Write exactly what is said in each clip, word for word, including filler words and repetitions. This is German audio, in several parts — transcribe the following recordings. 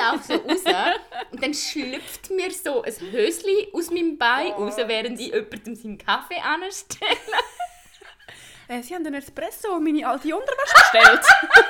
laufe so raus und dann schlüpft mir so ein Höschen aus meinem Bein oh. raus, während ich jemandem seinen Kaffee anstelle. Äh, Sie haben einen Espresso und meine alte Unterwäsche bestellt.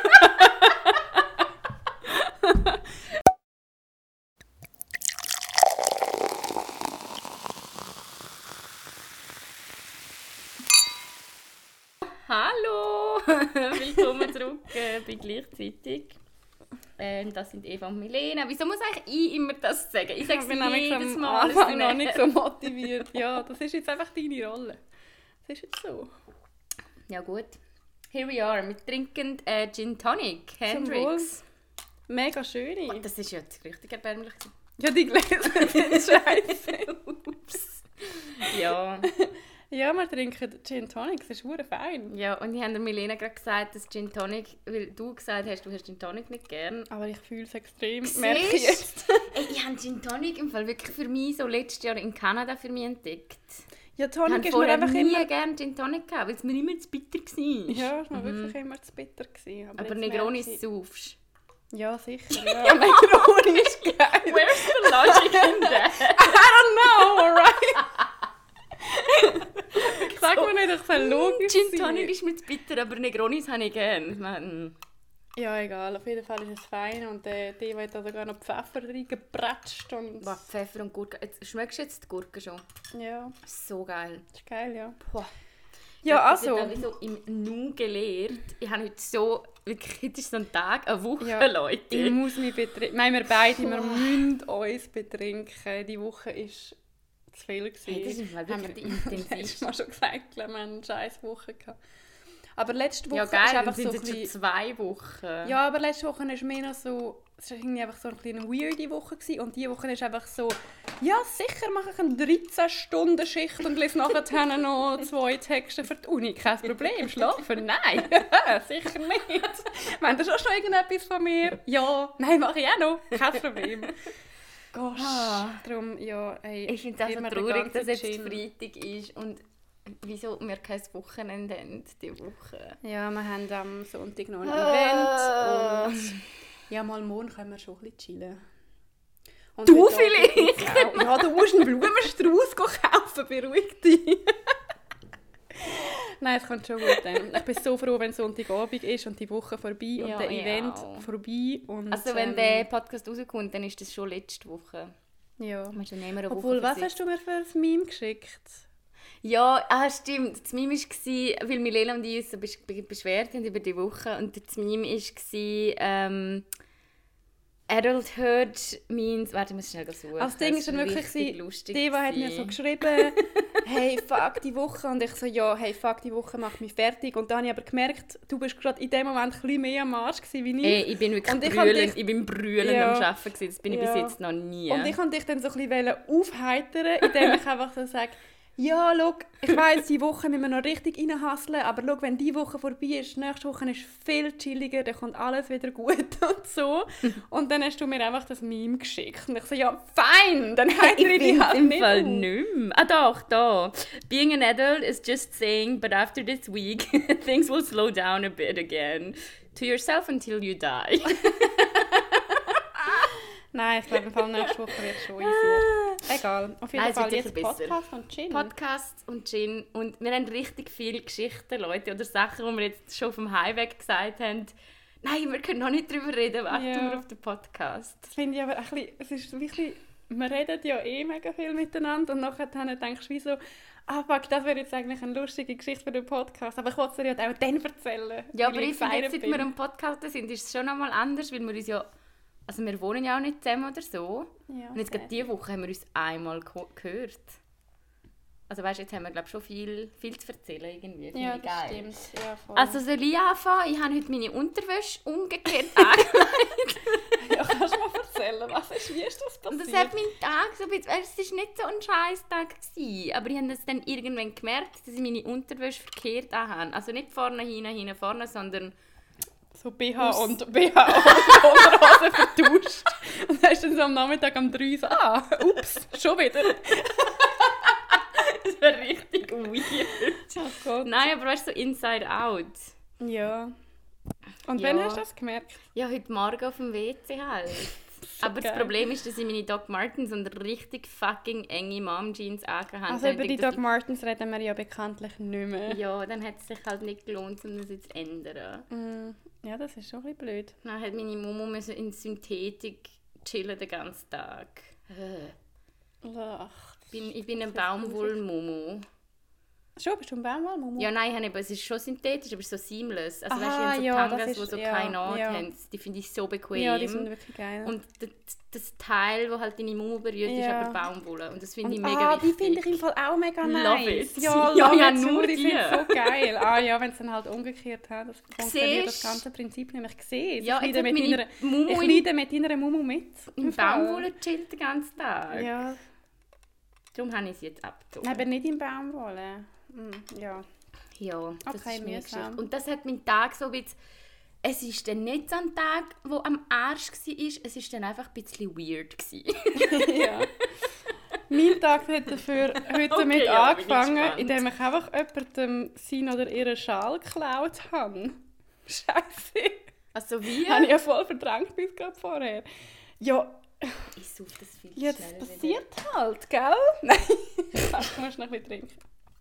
Hallo! Willkommen zurück äh, bei Gleichzeitig. Äh, das sind Eva und Milena. Wieso muss eigentlich ich immer das sagen? Ich sage es jedes Mal. Ich bin noch nicht so motiviert. Ja, das ist jetzt einfach deine Rolle. Das ist jetzt so. Ja gut. Here we are. Wir trinken äh, Gin Tonic, Hendrix. Mega schön. Oh, das ist ja richtig erbärmlich. Ja, die Gläser sind scheiße. Ups. Ja. Ja, wir trinken Gin Tonic, das ist verdammt fein. Ja, und ich habe der Milena gerade gesagt, dass Gin Tonic, weil du gesagt hast, du hast Gin Tonic nicht gern. Aber ich fühle es extrem, Siehst? merke ich jetzt. Ey, ich habe Gin Tonic im Fall wirklich für mich so letztes Jahr in Kanada für mich entdeckt. Ja, Tonic ist mir einfach nie immer... gerne Gin Tonic gehabt, weil es mir immer zu bitter war. Ja, es war mhm. wirklich immer zu bitter gewesen. Aber, aber Negroni saufst. Ja, sicher. Ja, Negroni ist geil. Where's the logic in that? I don't know, alright? Sag mir nicht, ich soll logisch Gin Tonic ist mir zu bitter, aber Negronis habe ich gerne. Ja, egal. Auf jeden Fall ist es fein. Und äh, die hat da sogar noch Pfeffer reingepratscht. Und... Was, Pfeffer und Gurke. Jetzt, schmeckst du jetzt die Gurke schon? Ja. So geil. Das ist geil, ja. Boah. Ja, ja also. Ich habe so im Nu gelehrt. Ich habe heute so, wirklich, heute ist so ein Tag, eine Woche, ja, Leute. Ich muss mich betrinken. Nein, wir beide, wir müssen uns betrinken. Die Woche ist zu viel gewesen. Hey, das ist mal wirklich intensiv. Hast du mal schon gesagt, wir haben eine scheiß Woche gehabt. Aber letzte Woche ja, geil, ist einfach sind so jetzt bisschen... schon zwei Wochen. Ja, aber letzte Woche war mehr noch so... Es war irgendwie einfach so eine kleine weirde Woche gewesen. Und diese Woche ist einfach so... Ja, sicher mache ich eine dreizehn Stunden Schicht und lese nachher noch zwei Texte für die Uni. Kein Problem. Schlafen? Nein. Sicher nicht. Meint ihr schon irgendetwas von mir? Ja. Nein, mache ich auch noch. Kein Problem. Gosh. Ah. Darum, ja, ey, ich finde es auch so traurig, dass jetzt Freitag ist und wieso wir kein Wochenende haben diese Woche. Ja, wir haben am Sonntag noch ein ah. Event und ja, mal morgen können wir schon ein bisschen chillen. Und du vielleicht? Ja, du musst einen Blumenstrauß kaufen, beruhig dich. Nein, es kommt schon gut dann. Ich bin so froh, wenn Sonntagabend ist und die Woche vorbei und ja, der Event ja. vorbei. Und, also wenn ähm, der Podcast rauskommt, dann ist das schon letzte Woche. Ja. Eine Obwohl, Woche was hast du mir für ein Meme geschickt? Ja, ah, stimmt. Das Meme war, weil Milena und ich uns so beschwert haben über die Woche. Und das Meme war, ähm, Adulthood means... Warte, ich muss schnell suchen. Also das Ding ist dann wirklich, lustig Deva hat mir so geschrieben, hey, fuck die Woche. Und ich so, ja, hey, fuck die Woche, mach mich fertig. Und dann habe ich aber gemerkt, du bist gerade in dem Moment ein bisschen mehr am Arsch gewesen, wie ich. Hey, ich bin wirklich brüllend, ich, ich bin brüllend ja, am Arbeiten gewesen. Das bin ich ja. bis jetzt noch nie. Und ich wollte dich dann so ein bisschen aufheitern, indem ich einfach so sage, ja, schau, ich weiss, diese Woche müssen wir noch richtig reinhasseln, aber schau, wenn diese Woche vorbei ist, nächste Woche ist viel chilliger, dann kommt alles wieder gut und so. Und dann hast du mir einfach das Meme geschickt. Und ich so, ja, fein, dann heiter ich die halt im nicht Fall auf. nicht mehr. Ah doch, da. Being an adult is just saying, but after this week, things will slow down a bit again. To yourself until you die. Nein, ich glaube, im Fall nächste Woche wird es schon easier. Egal. Auf jeden Nein, Fall jetzt besser. Podcast und Gin. Podcast und Gin. Und wir haben richtig viele Geschichten, Leute, oder Sachen, die wir jetzt schon auf dem Heimweg gesagt haben. Nein, wir können noch nicht darüber reden, warten ja. wir auf den Podcast. Das finde ich aber ein bisschen, es ist wirklich, wir reden ja eh mega viel miteinander und nachher denkst du wie so, ah fuck, das wäre jetzt eigentlich eine lustige Geschichte für den Podcast, aber ich wollte es dir ja auch dann erzählen. Ja, aber ich finde, jetzt, seit wir am Podcast sind, ist es schon nochmal anders, weil wir uns ja, also wir wohnen ja auch nicht zusammen oder so. Ja, und jetzt gerade diese Woche haben wir uns einmal gehört. Also weißt, jetzt haben wir glaube schon viel, viel zu erzählen irgendwie. Ja, das geil. stimmt. Ja, voll. Also soll ich anfangen? Ich habe heute meine Unterwäsche umgekehrt angelegt. Ja, kannst du mal erzählen, was ist, wie ist das passiert? Und das hat meinen Tag so ein bisschen, es war nicht so ein scheiß Tag gewesen, aber ich habe das dann irgendwann gemerkt, dass ich meine Unterwäsche verkehrt anhabe. Also nicht vorne, hinten, hinten, vorne, sondern so B H und B H und Unterhose vertauscht. Und dann hast du dann so am Nachmittag um drei so, ah, ups, schon wieder. Das wäre richtig weird. Oh Gott. Nein, aber weißt du, so inside out. Ja. Und ja. wann hast du das gemerkt? Ja, heute Morgen auf dem W C halt. Aber geil. das Problem ist, dass ich meine Doc Martens und richtig fucking enge Mom-Jeans angehabt habe. Also über die Doc Martens reden wir ja bekanntlich nicht mehr. Ja, dann hat es sich halt nicht gelohnt, um das jetzt zu ändern. Mm, ja, das ist schon ein bisschen blöd. Dann hat meine Mumu müssen in Synthetik chillen den ganzen Tag. Äh. Ach, Ich bin, ich bin eine Baumwoll-Mumu. Schon, bist du ein Baumwoll, Mumu? Ja, nein, ich habe, es ist schon synthetisch, aber es ist so seamless. Also Aha, weißt du, ich habe so ja, Tangas, das die ist- so ja, keine Naht ja. haben. Die finde ich so bequem. Ja, die sind wirklich geil. Und das, das Teil, das halt deine Mumu berührt, ist Ja. aber Baumwolle. Und das finde Und, ich mega ah, wichtig. die finde ich im Fall auch mega Love nice. it. Ja, Ja, love ja, it, nur die die. sind so geil. Ah ja, wenn es dann halt umgekehrt hat, das funktioniert das Siehst? ganze Prinzip nämlich gesehen. Ja, ich jetzt leide hat mit meine deiner, Mumu ich in- leide mit deiner Mumu mit. Im im Fall. Baumwolle chillt den ganzen Tag. Ja, Darum habe ich sie jetzt abgezogen. aber nicht im Baumwolle. Hm, ja. Ja, das Okay, ist meine mühsam. Geschichte. Und das hat meinen Tag so wie... Es ist dann nicht so ein Tag, der am Arsch war, es war dann einfach ein bisschen weird. gewesen. ja. Mein Tag hat dafür heute Okay, damit ja, bin ich angefangen, gespannt. indem ich einfach jemandem seinen oder ihren Schal geklaut habe. Scheiße. Also wie? Habe ich ja voll verdrängt bis gerade vorher. Ja, Ich suche das viel ja das schneller passiert halt, gell? Nein, ich muss noch ein bisschen trinken.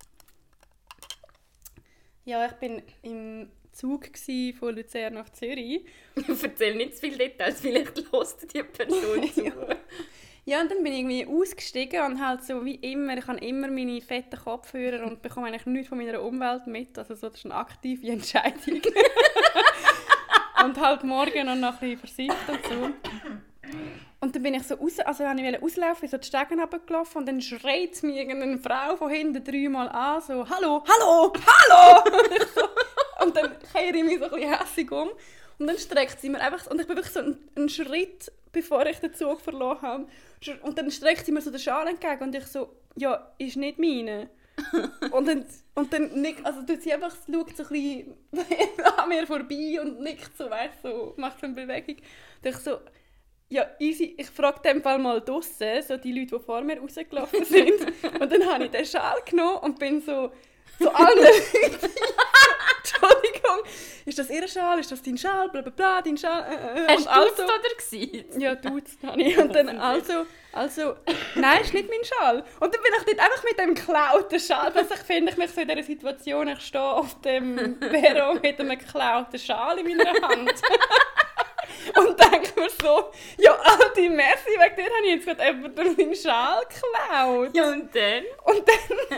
Ja, ich war im Zug gsi von Luzern nach Zürich. wieder. Erzähl nicht zu viele Details, vielleicht hört die Person zu. Ja, und dann bin ich irgendwie ausgestiegen und halt so wie immer, ich habe immer meine fetten Kopfhörer und bekomme eigentlich nichts von meiner Umwelt mit. Also so, das ist eine aktive Entscheidung. Und halt morgen noch ein bisschen versifft und so. Und dann bin ich so raus, also habe ich auslaufen, bin so die Stegen runtergelaufen und dann schreit mir irgendeine Frau von hinten dreimal an, so «Hallo, hallo, hallo!» Und ich so, und dann kehre ich mich so ein bisschen hässig um und dann streckt sie mir einfach, und ich bin wirklich so einen, einen Schritt, bevor ich den Zug verloren habe, und dann streckt sie mir so den Schal entgegen und ich so «Ja, ist nicht meine.» und dann, und dann nickt, also tut sie einfach, schaut so ein bisschen an mir vorbei und nickt so, weißt so, macht so eine Bewegung. Und ich so, ja, easy, ich frage in dem Fall mal draussen, so die Leute, die vor mir rausgelaufen sind. Und dann habe ich den Schal genommen und bin so, so allen Leuten, Entschuldigung, ist das ihr Schal, ist das dein Schal, bla bla bla, dein Schal, äh, äh. Hast Und du also, es oder gesehen? ja, duzt habe ich. Und dann also, also, nein, ist nicht mein Schal. Und dann bin ich dort einfach mit dem geklauten Schal. Plötzlich finde ich mich so in dieser Situation, ich stehe auf dem Perron mit einem geklauten Schal in meiner Hand. Und denke mir so, ja, alte Messi, wegen dir habe ich jetzt gerade jemanden meinen Schal geklaut. Ja, und dann? Und dann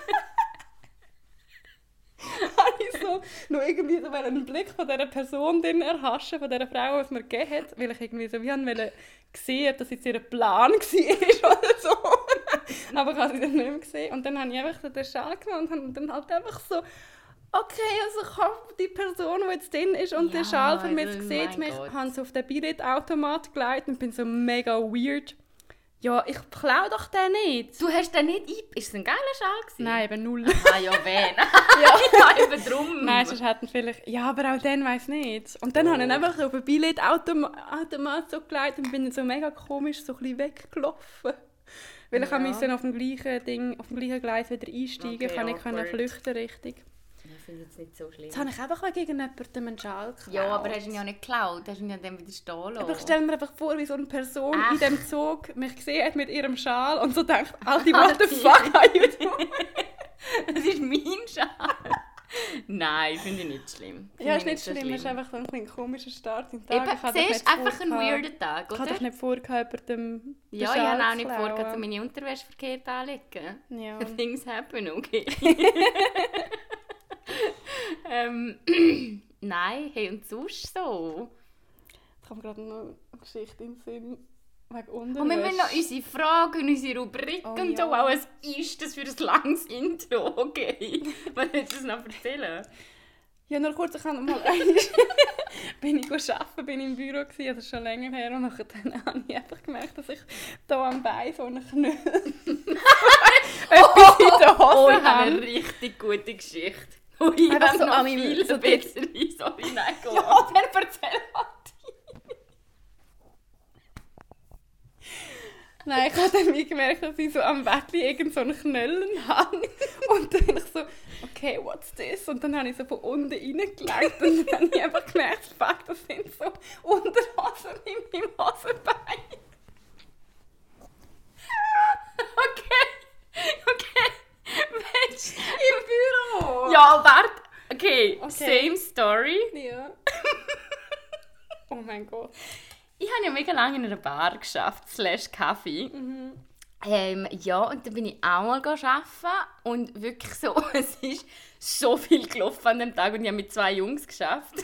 habe ich so noch irgendwie so einen Blick von dieser Person drin erhaschen, von dieser Frau, die es mir gegeben hat, weil ich irgendwie so wie wollte sehen, ob das jetzt ihr Plan war oder so. Aber ich habe sie dann nicht mehr gesehen. Und dann habe ich einfach so den Schal genommen und habe dann halt einfach so, okay, also ich habe die Person, die jetzt drin ist und Ja, den Schal für mich also, sieht mein mich, Gott. habe so auf den Billetautomat gelegt und bin so mega weird. Ja, ich klaue doch den nicht. Du hast den nicht ein... Ist es ein geiler Schal gewesen? Nein, eben null. Ah ja, wen? Ja. ja, eben drum. Nein, sonst hätten vielleicht... Ja, aber auch dann weiss nicht. Und dann Oh. habe ich ihn einfach so auf ein Billetautomat so gelegt und bin so mega komisch so ein bisschen weggelaufen. Weil ich Ja. musste auf dem gleichen Ding, auf dem gleichen Gleis wieder einsteigen, Okay, kann ich können awkward. flüchten richtig. Ich finde es jetzt nicht so schlimm. Jetzt habe ich einfach gegen jemanden einen Schal geklaut. Ja, aber hast du ihn ja nicht geklaut. Hast ihn ja dann wieder stehen lassen. Aber ich stelle mir einfach vor, wie so eine Person Ach. in diesem Zug mich gesehen hat mit ihrem Schal und so denkt, Alter, what the fuck are you doing? Das ist mein Schal. Nein, finde ich nicht schlimm. Finde Ja, ich ist nicht so schlimm, es ist einfach so ein bisschen komischer Start im Tag. Eben, Ich habe doch siehst nicht du, einfach ein vorgehabt- weirder Tag, Ich habe doch oder? nicht vorgehabt, jemandem den Ja, ich Schal habe auch zu nicht klauen. vor, meine Unterwäsche verkehrt anlegen. Ja. Things happen, okay. ähm, nein, hey, und sonst so? Ich habe gerade noch eine Geschichte im Sinn wegen Unterwäsche. Und wir müssen noch unsere Fragen, unsere Rubriken Oh, und so. ja. Auch was ist das für ein langes Intro? Okay. Was willst du uns noch erzählen? Ja, nur kurz, ich habe mal einmal bin ich arbeiten, bin im Büro gewesen, also schon länger her, und nachher dann habe ich einfach gemerkt, dass ich hier am Bein so einen Knöll etwas in der Hose Oh, ich habe habe. eine richtig gute Geschichte. Oh, ich Einfach habe so noch an meinem- viel so bessere. Sorry, nein, go Ja, on. dann erzähl halt. Nein, ich habe dann wie gemerkt, dass ich so am Bettchen irgend so einen Knöllen habe. Und dann bin ich so, okay, what's this? Und dann habe ich so von unten reingelegt und dann habe ich einfach gemerkt, fuck, das sind so Unterhosen in meinem Hosenbein. Hey, Okay. same story. Ja. Oh mein Gott. Ich habe ja mega lange in einer Bar geschafft, slash Kaffee. Mhm. Ähm, ja, und dann bin ich auch mal arbeiten und wirklich so, es ist so viel gelaufen an dem Tag und ich habe mit zwei Jungs geschafft.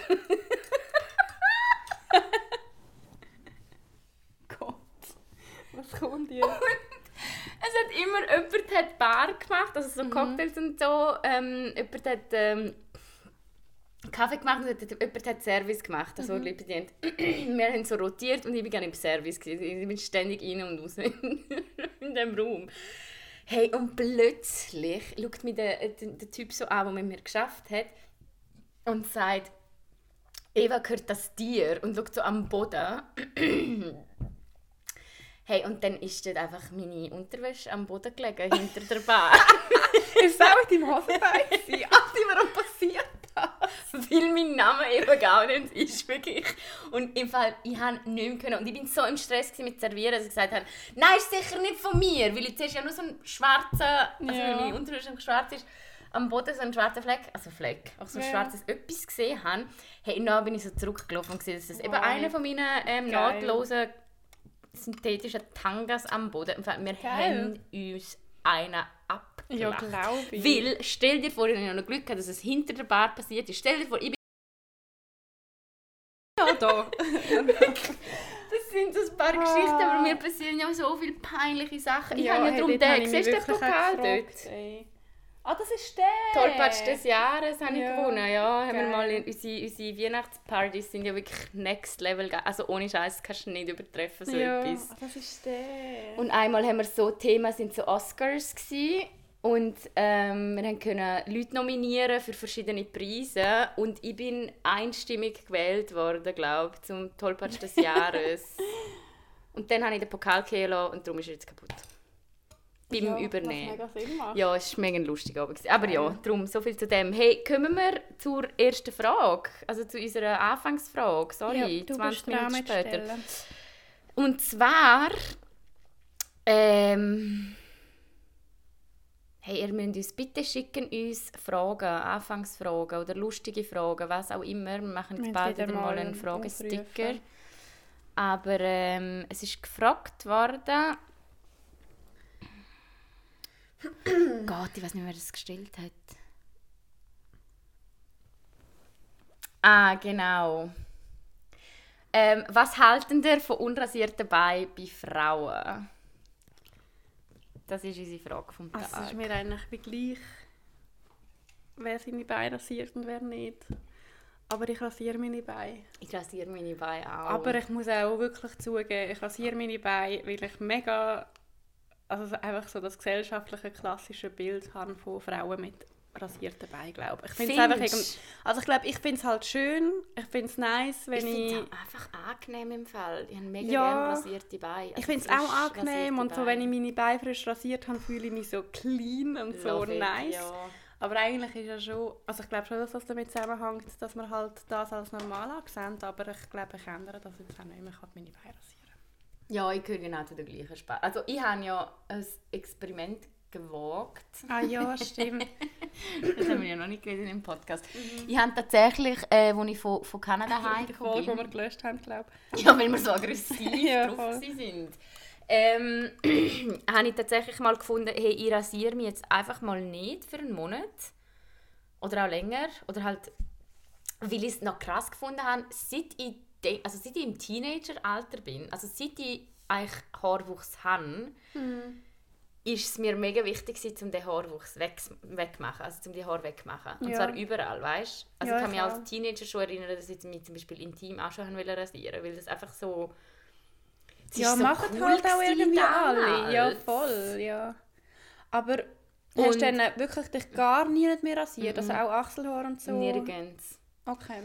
Gott. Was kommt jetzt? Es hat immer, jemand hat Bar gemacht, also so Cocktails und so, ähm, jemand hat ähm, Kaffee gemacht und jemand hat Service gemacht, also mhm. bedient. Wir haben so rotiert und ich bin gerne im Service gewesen. Ich bin ständig rein und raus in, in diesem Raum. Hey, und plötzlich schaut mich der, der, der Typ so an, der mit mir geschafft hat und sagt, Eva, gehört das dir? Und schaut so am Boden. Hey, und dann ist dort einfach meine Unterwäsche am Boden gelegen, hinter der Bar. Ist es auch in deinem Hosenbein gewesen? Ach, warum passiert das? Weil mein Name eben gar nicht ist, wirklich. Und im Fall, ich konnte nicht mehr können. Und ich war so im Stress mit Servieren, dass ich gesagt habe, nein, ist sicher nicht von mir. Weil ich zuerst ja nur so einen schwarzen, also Ja. weil meine Unterwäsche schwarz ist, am Boden so einen schwarzen Fleck, also Fleck, auch so ein Ja. schwarzes etwas gesehen habe. Hey, und dann bin ich so zurückgelaufen und gesehen, dass das eben Wow. einer von meinen ähm, Geil. nahtlosen synthetischen Tangas am Boden. Im Fall, wir Geil. haben uns einen abgelacht. Ja, glaube ich. Weil, stell dir vor, ich habe noch Glück gehabt, dass es hinter der Bar passiert ist. Stell dir vor, ich bin... Ja, da. Das sind so ein paar Ah. Geschichten, aber mir passieren ja so viele peinliche Sachen. Ich habe ja hey, darum dort habe den, ich mich siehst du den wirklich Pokal auch dort? gefragt, ey. Ah, das ist der! Tollpatsch des Jahres habe ich Ja. gewonnen. Ja, haben wir Geil. mal in, unsere, unsere Weihnachtspartys sind ja wirklich next level. ge- Also ohne Scheiß kannst du nicht übertreffen, so Ja, etwas. ah, das ist der. Und einmal haben wir so, Thema sind so Oscars gsi und ähm, wir haben können Leute nominieren für verschiedene Preise und ich bin einstimmig gewählt worden, glaube ich, zum Tollpatsch des Jahres. Und dann habe ich den Pokal gehen lassen und darum ist er jetzt kaputt. Beim ja, Übernehmen. Was mega Sinn macht. Ja, es war mega lustig. Aber, aber ja, Ja. darum, so viel zu dem. Hey, kommen wir zur ersten Frage, also zu unserer Anfangsfrage. Sorry, ja, du zwanzig bist dran Minuten mit später. Stellen. Und zwar, ähm, hey, ihr müsst uns bitte schicken uns Fragen, Anfangsfragen oder lustige Fragen, was auch immer. Wir machen jetzt Wir bald wieder wieder mal mal einen Fragesticker. aufrufen. Aber ähm, es ist gefragt worden. Gott, ich weiß nicht, wer das gestellt hat. Ah, genau. Ähm, was halten ihr von unrasierten Beinen bei Frauen? Das ist unsere Frage vom Tag. Also, es ist mir eigentlich wie gleich, wer seine Beine rasiert und wer nicht. Aber ich rasiere meine Beine. Ich rasiere meine Beine auch. Aber ich muss auch wirklich zugeben, ich rasiere meine Beine, weil ich mega, also so einfach so das gesellschaftliche klassische Bild habe von Frauen mit rasierten Beinen, glaube ich. Ich finde es einfach Findest? irgend- also ich glaube, ich finde es halt schön, ich finde es nice, wenn ich ich... finde es einfach angenehm im Fall. Ich habe mega Ja, gerne rasierte Beine. Ich Also finde es frisch auch angenehm rasierte und so, Beine. wenn ich meine Beine frisch rasiert habe, fühle ich mich so clean und so Love it, nice. ja. Aber eigentlich ist ja schon, also ich glaube schon, dass das damit zusammenhängt, dass man halt das als normal ansehen, aber ich glaube, ich ändere das jetzt auch nicht mehr, ich kann meine Beine rasieren. Ja, ich gehöre genau zu der gleichen Sparte. Also ich habe ja ein Experiment gewagt. Ah ja, stimmt. Das haben wir ja noch nicht geredet im Podcast. Ich habe tatsächlich, äh, als ich von, von Kanada Die heimgekommen Folge, die bin... wir gelöscht haben, glaube ich. Ja, weil wir so aggressiv Ja, drauf voll. sind. Ähm, habe ich tatsächlich mal gefunden, hey, ich rasiere mich jetzt einfach mal nicht für einen Monat. Oder auch länger. Oder halt, weil ich es noch krass gefunden habe, seit ich, de- also seit ich im Teenageralter bin, also seit ich eigentlich Haarwuchs habe, ist es mir mega wichtig, gewesen, um den Haarwuchs weg, wegmachen, also um die Haare wegmachen. Und Ja. zwar überall, weißt du? Also Ja, ich kann mich ich als auch. Teenager schon erinnern, dass ich mich zum Beispiel intim auch schon wollte rasieren, weil das einfach so... es Ja, ist so machen cool halt auch gewesen irgendwie damals. alle. Ja, voll, ja. Aber Und- hast du dann wirklich dich gar nie nicht mehr rasiert? Also auch Achselhaar und so? Nirgends. Okay.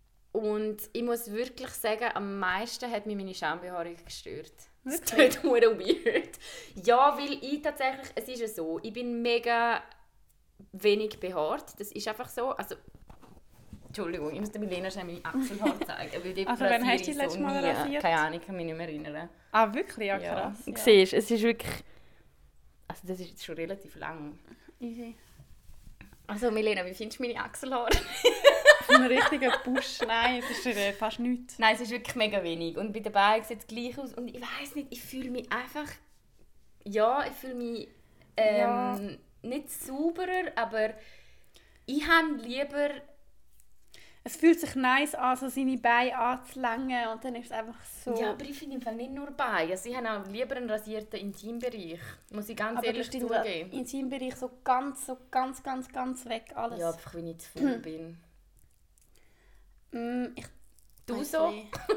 Und ich muss wirklich sagen, am meisten hat mich meine Schambehaarung gestört. Das Wirklich? klingt verdammt weird. Ja, weil ich tatsächlich, es ist ja so, ich bin mega wenig behaart. Das ist einfach so. Also, Entschuldigung, ich muss der Milena schnell meine Achselhaare zeigen. Weil die Also, wann rasiere hast du die ich letzte Mal nie. rasiert? Keine Ahnung, ich kann mich nicht mehr erinnern. Ah, wirklich? Ja, krass. Du Ja. siehst, es ist wirklich... Also das ist jetzt schon relativ lang. Easy. Also Milena, wie findest du meine Achselhaare? Ein richtiger Busch, nein, das ist äh, fast nichts. Nein, es ist wirklich mega wenig. Und bei den Beinen sieht es gleich aus. Und ich weiss nicht, ich fühle mich einfach... Ja, ich fühle mich ähm, ja. nicht sauberer, aber ich habe lieber... Es fühlt sich nice an, so seine Beine anzulängen und dann ist es einfach so... Ja, aber ich finde im Fall nicht nur Beine. Also ich habe auch lieber einen rasierten Intimbereich. Muss ich ganz aber ehrlich zugeben. Aber Intimbereich so ganz, so ganz, ganz, ganz weg, alles. Ja, einfach wenn ich zu faul bin. Mm, ich du so?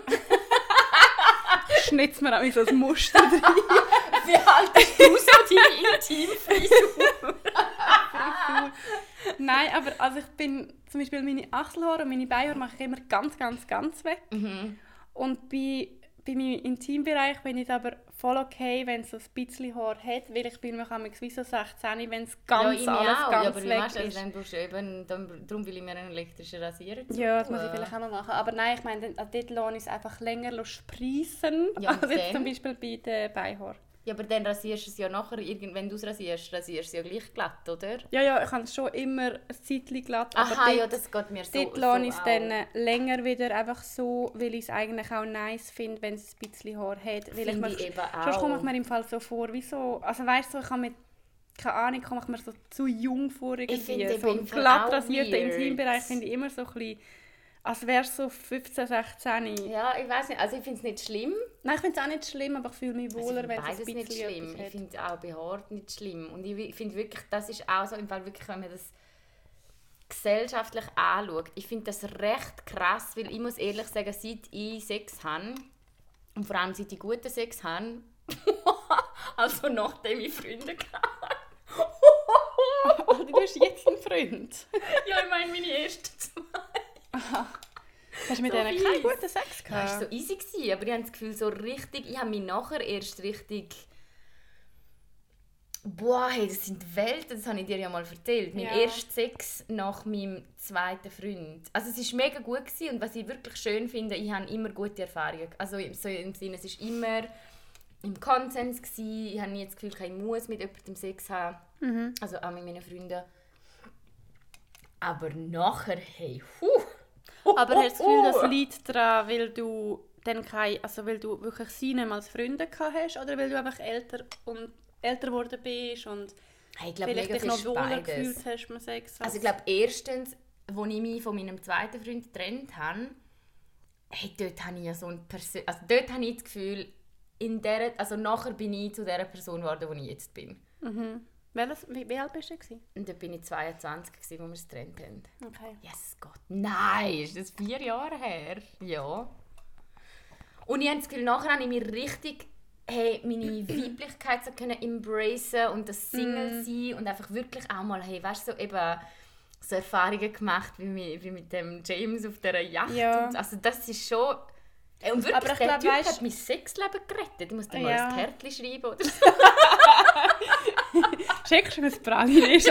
Schnitzt mir auch so ein Muster drin. Wie haltest du so deine Intimfrisur? Nein, aber also ich bin zum Beispiel meine Achselhaare und meine Beinhaare mache ich immer ganz, ganz, ganz weg. Mhm. Und bei, bei meinem Intimbereich bin ich aber voll okay, wenn es so ein bisschen Haar hat, weil ich bin mir wie so sechzehn, wenn es ganz ja, alles auch. ganz ja, aber weg weißt, ist. Dann brauchst du eben, dann, darum will ich mir einen elektrischen Rasierer zu Ja, das muss ich vielleicht auch noch machen. Aber nein, ich meine, dort lasse ich es einfach länger sprießen, ja, als jetzt zum Beispiel bei den Beinhaaren. Ja, aber dann rasierst du es ja nachher, wenn du es rasierst, rasierst du es ja gleich glatt, oder? Ja, ja, ich habe es schon immer ein Zeitchen glatt. Aha, aber dort, ja, das geht mir so Dort so lasse ich es dann länger wieder einfach so, weil ich es eigentlich auch nice finde, wenn es ein bisschen Haar hat. Weil Find ich ich eben auch. Sonst komme ich mir im Fall so vor, wie so, also weißt du, ich habe mit, keine Ahnung, komme ich mir so zu jung vor irgendwie. Ich finde so ein glatt rasierter Intimbereich finde ich immer so ein bisschen, als wäre es so fünfzehn, sechzehn. Ja, ich weiß nicht, also ich finde es nicht schlimm. Nein, ich finde es auch nicht schlimm, aber ich fühle mich wohler, also wenn es ein bisschen nicht schlimm. Ich finde auch behaart nicht schlimm. Und ich finde wirklich, das ist auch so, im Fall wirklich, wenn man das gesellschaftlich anschaut, ich finde das recht krass, weil ich muss ehrlich sagen, seit ich Sex habe, und vor allem seit ich guten Sex habe, also nachdem ich Freunde hatte. Also, du hast jetzt einen Freund? Ja, ich meine meine ersten zwei. Aha. Hast du mit so denen keinen guten Sex gehabt? Das war so easy gewesen, aber ich habe das Gefühl, so richtig, ich habe mich nachher erst richtig... Boah, hey, das sind Welten, das habe ich dir ja mal erzählt. Mein ja. erster Sex nach meinem zweiten Freund. Also es war mega gut gewesen, und was ich wirklich schön finde, ich habe immer gute Erfahrungen. Also so im Sinne, es war immer im Konsens gewesen. Ich habe nie das Gefühl, ich muss mit jemandem Sex haben. Mhm. Also auch mit meinen Freunden. Aber nachher, hey, huh. Aber hast du das Gefühl, das liegt daran, weil du dann kein, also weil du wirklich sie nicht als Freunde gehabt hast, oder weil du einfach älter und älter geworden bist und hey, ich glaub, vielleicht dich noch wohler beides. gefühlt hast mit Sex? Also ich glaube, erstens, als ich mich von meinem zweiten Freund getrennt habe, hey, dort habe ich ja so ein Persön- also dort habe ich das Gefühl, in der, also nachher bin ich zu der Person geworden, wo ich jetzt bin. Mhm. Welches, wie, wie alt bist du? Gewesen? Und dort bin ich zweiundzwanzig, als wir es getrennt haben. Okay. Yes, Gott. Nein, ist das vier Jahre her? Ja. Und ich habe das Gefühl, nachher habe ich mich richtig, hey, meine Weiblichkeit so können embracen und das Single sein und einfach wirklich auch mal, hey, weißt du, so eben so Erfahrungen gemacht wie mit, wie mit dem James auf dieser Yacht. Ja. Und, also das ist schon... Hey, und wirklich, aber ich der glaub, Typ weißt, hat mein Sexleben gerettet. Ich muss dir mal ja. ein Kärtchen schreiben oder so. Schickst du mir das Praline?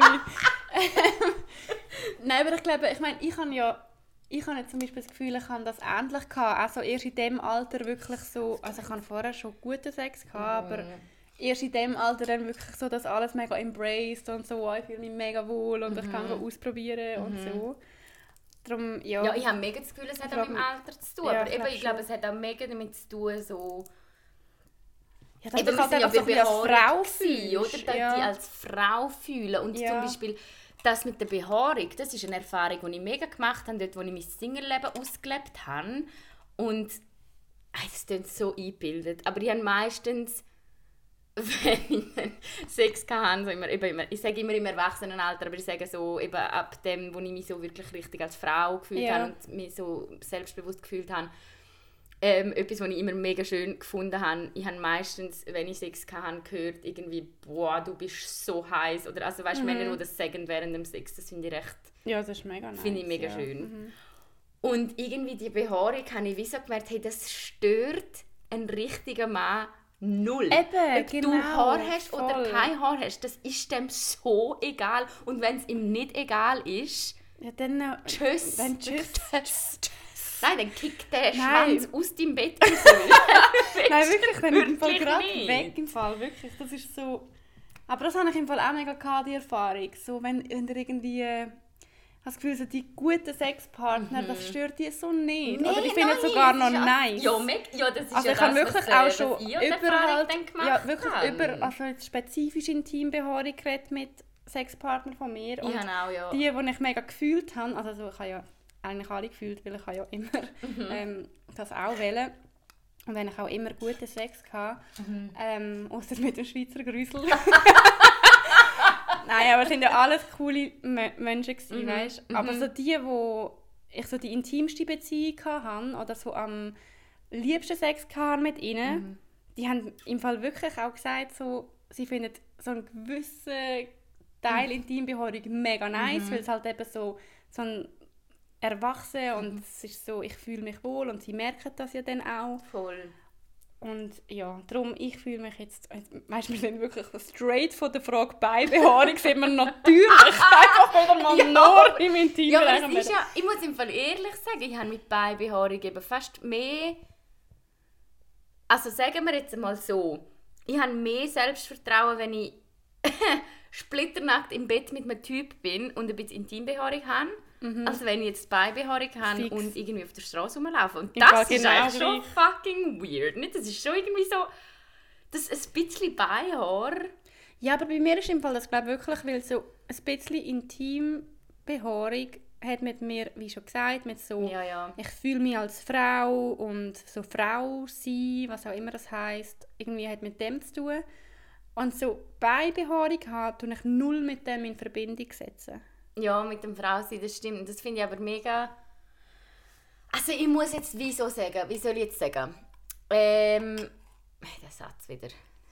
Nein, aber ich glaube, ich meine, ich habe ja ich habe jetzt zum Beispiel das Gefühl, ich habe das ähnlich gehabt. Also erst in diesem Alter wirklich so, also ich hatte vorher schon guten Sex gehabt, mm. aber erst in diesem Alter dann wirklich so, dass alles mega embraced und so, oh, ich fühle mich mega wohl und mm. ich kann es ausprobieren mm. und so. Darum, ja. Ja, ich habe mega das Gefühl, es hat auch mit dem Alter zu tun, ja, aber ich eben, ich glaube, schon. es hat auch mega damit zu tun, so... Ja, das eben, halt einfach so als Frau fühlen, oder? Dass ja. die als Frau fühlen. Und ja. zum Beispiel das mit der Behaarung, das ist eine Erfahrung, die ich mega gemacht habe, dort, wo ich mein Single-Leben ausgelebt habe. Und es klingt so eingebildet. Aber ich habe meistens, wenn ich dann Sex hatte, so immer, immer, ich sage immer im Erwachsenenalter, aber ich sage so eben ab dem, wo ich mich so wirklich richtig als Frau gefühlt ja. habe und mich so selbstbewusst gefühlt habe, Ähm, etwas, was ich immer mega schön gefunden habe, ich habe meistens, wenn ich Sex hatte, gehört, irgendwie, boah, du bist so heiß. Oder also weißt, mhm. Männer, die das sagen während dem Sex, das finde ich recht... Ja, das ist mega nice. Finde ich mega ja. schön. Mhm. Und irgendwie die Behaarung habe ich wie so gemerkt, hey, das stört einen richtigen Mann null. Eben, Ob genau, du Haar hast voll. oder kein Haar hast, das ist dem so egal. Und wenn es ihm nicht egal ist, ja, dann... Äh, tschüss. Dann tschüss. tschüss. Nein, dann kickt der Nein. Schwanz aus deinem Bett raus. Nein, wirklich, dann im Fall Wirklich gerade nicht. weg im Fall, wirklich. Das ist so... Aber das habe ich im Fall auch mega gehabt, die Erfahrung. So, wenn, wenn ihr irgendwie... Ich habe das Gefühl, so die guten Sexpartner, mhm. das stört die so nicht. Nee, Oder ich finde es sogar noch nice. Ja, mit, ja, das ist also ja ich das, habe wirklich was, auch schon über halt, ja, wirklich habe. über also jetzt spezifisch Intimbehaarung geredet mit Sexpartnern von mir. Und ich habe auch, ja. Die, die ich mega gefühlt habe, also so, ich habe ja eigentlich alle gefühlt, weil ich habe ja immer mhm. ähm, das auch wählen. Und wenn ich auch immer guten Sex hatte, mhm. ähm, außer mit dem Schweizer Grüsel. Nein, aber es waren ja alles coole M- Menschen, gewesen, mhm. weißt? Aber mhm. so die, wo ich so die intimste Beziehung hatte oder so am liebsten Sex hatte mit ihnen, mhm. die haben im Fall wirklich auch gesagt, so, sie finden so einen gewissen Teil mhm. Intimbehaarung mega nice, mhm. weil es halt eben so, so ein Erwachsen und mhm. es ist so, ich fühle mich wohl und sie merken das ja dann auch. Voll. Und ja, darum, ich fühle mich jetzt, weißt du, wir sind wirklich so straight von der Frage Beibehaarung, sind wir natürlich einfach wieder mal ja, nur im Intim. Ja, aber es ist ja, ich muss im Fall ehrlich sagen, ich habe mit Beibehaarung eben fast mehr, also sagen wir jetzt mal so, ich habe mehr Selbstvertrauen, wenn ich splitternackt im Bett mit einem Typ bin und ein bisschen Intimbehaarung habe, mhm. als wenn ich jetzt Beibehaarung habe Fix. Und irgendwie auf der Straße rumlaufe. Und Im das ist genau eigentlich gleich. Schon fucking weird. Nicht? Das ist schon irgendwie so, das ein bisschen Beihaar. Ja, aber bei mir ist im Fall das glaube wirklich, weil so ein bisschen Intimbehaarung hat mit mir, wie schon gesagt, mit so, ja, ja. ich fühle mich als Frau und so Frau sein, was auch immer das heisst, irgendwie hat mit dem zu tun. Und so Beibehaarung haben, tue ich null mit dem in Verbindung setzen. Ja, mit dem Frausein, das stimmt. Das finde ich aber mega... Also ich muss jetzt wieso sagen, wie soll ich jetzt sagen? Ähm... Der Satz wieder.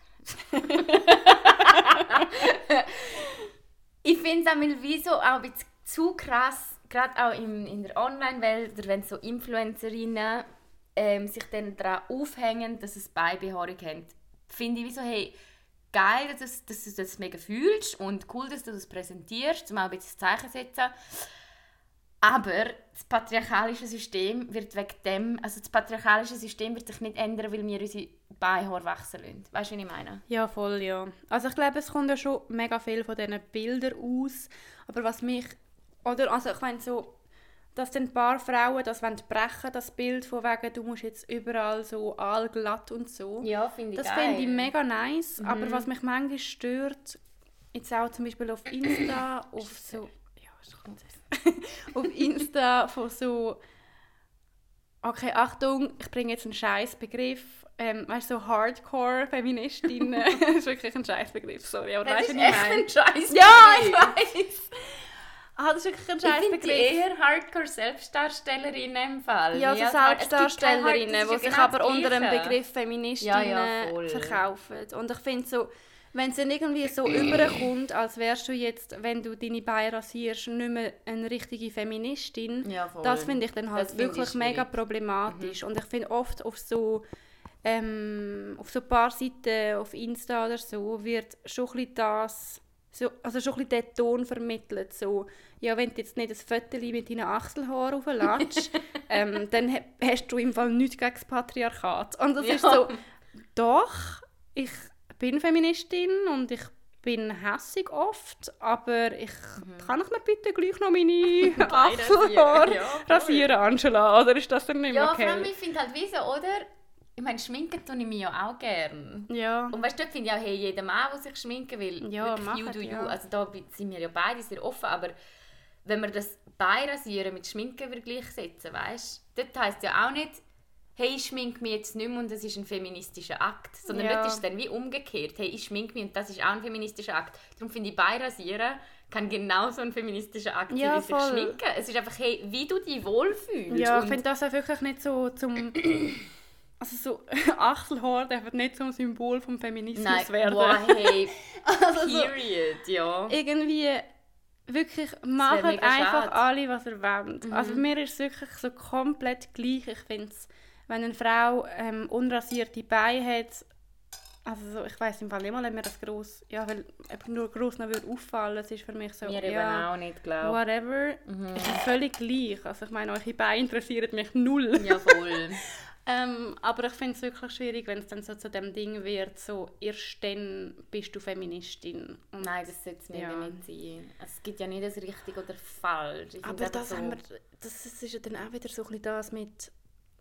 Ich finde es auch wieso auch ein bisschen zu krass, gerade auch in, in der Online-Welt, wenn so Influencerinnen ähm, sich dann daran aufhängen, dass es Beibehaarung haben. Finde ich wieso, hey... geil, dass, dass du das mega fühlst und cool, dass du das präsentierst, um auch ein bisschen Zeichen zu setzen. Aber das patriarchalische System wird wegen dem, also das patriarchalische System wird sich nicht ändern, weil wir unsere Beinhaare wachsen lassen. Weißt du, was ich meine? Ja, voll, ja. Also ich glaube, es kommt ja schon mega viel von diesen Bildern aus. Aber was mich, oder also ich meine so, dass dann ein paar Frauen das brechen, das Bild von wegen, du musst jetzt überall so allglatt und so. Ja, finde ich das geil. Das finde ich mega nice, mhm. aber was mich manchmal stört, jetzt auch zum Beispiel auf Insta, auf so, ja, ist gut. auf Insta von so, okay, Achtung, ich bringe jetzt einen scheiß Begriff, ähm, weißt du, so Hardcore-Feministin, das ist wirklich ein scheiß Begriff, sorry, aber das weißt du, was ich meine? Das ist echt ein scheiß Begriff. Ja, ich weiß. Ah, das ist wirklich ein scheiß Begriff. Ich finde eher Hardcore-Selbstdarstellerinnen im Fall. Ja, so ja, Selbstdarstellerinnen, die sich genau aber unter dem Begriff Feministinnen ja, ja, verkaufen. Und ich finde so, wenn es dann irgendwie so überkommt, als wärst du jetzt, wenn du deine Beine rasierst, nicht mehr eine richtige Feministin, ja, das finde ich dann halt wirklich mega problematisch. Mhm. Und ich finde oft auf so ähm, auf so ein paar Seiten auf Insta oder so wird schon ein bisschen das, so, also schon ein bisschen der Ton vermittelt, so, ja, wenn du jetzt nicht ein Foto mit deinen Achselhaaren auflässt, ähm, dann ha- hast du im Fall nichts gegen das Patriarchat. Und das ja. ist so, doch, ich bin Feministin und ich bin hässig oft, aber ich mhm. kann ich mir bitte gleich noch meine Achselhaare ja, rasieren, Angela, oder ist das dann nicht mehr ja, okay? Ja, vor allem, ich finde halt wie so, oder? Ich meine, schminken tue ich mich ja auch gerne. Ja. Und weißt du, dort finde ich auch, hey, jeder Mann, der sich schminken will, ja, wirklich you do ja. you. Also da sind wir ja beide sehr offen, aber wenn wir das Beirasieren mit Schminken gleichsetzen, weißt du, dort heisst ja auch nicht, hey, ich schminke mich jetzt nicht mehr und das ist ein feministischer Akt. Sondern ja. dort ist es dann wie umgekehrt, hey, ich schminke mich und das ist auch ein feministischer Akt. Darum finde ich, Beirasieren kann genauso ein feministischer Akt sein, ja, wie sich schminken. Es ist einfach, hey, wie du dich wohlfühlst. Ja, ich finde das auch wirklich nicht so zum... Also so, Achselhaare dürfen nicht zum Symbol vom Feminismus Nein, werden. Nein, wow, hey, also period, so, ja. Irgendwie, wirklich, machen einfach schade. alle, was ihr wollt. Mhm. Also mir ist es wirklich so komplett gleich. Ich finde es, wenn eine Frau ähm, unrasierte Beine hat, also so, ich weiss im Fall nicht mal, ob mir das gross, ja, weil nur gross noch würde auffallen, es ist für mich so, mir ja, eben auch nicht, glaube whatever, mhm. ist völlig gleich. Also ich meine, eure Beine interessieren mich null. Ja, voll. Ähm, aber ich finde es wirklich schwierig, wenn es dann so zu dem Ding wird, so erst dann bist du Feministin. Und Nein, das sollte es mir ja. nicht sein. Also, es gibt ja nicht das richtig oder falsch. Ich aber finde das, so, haben wir, das ist ja dann auch wieder so ein bisschen das mit...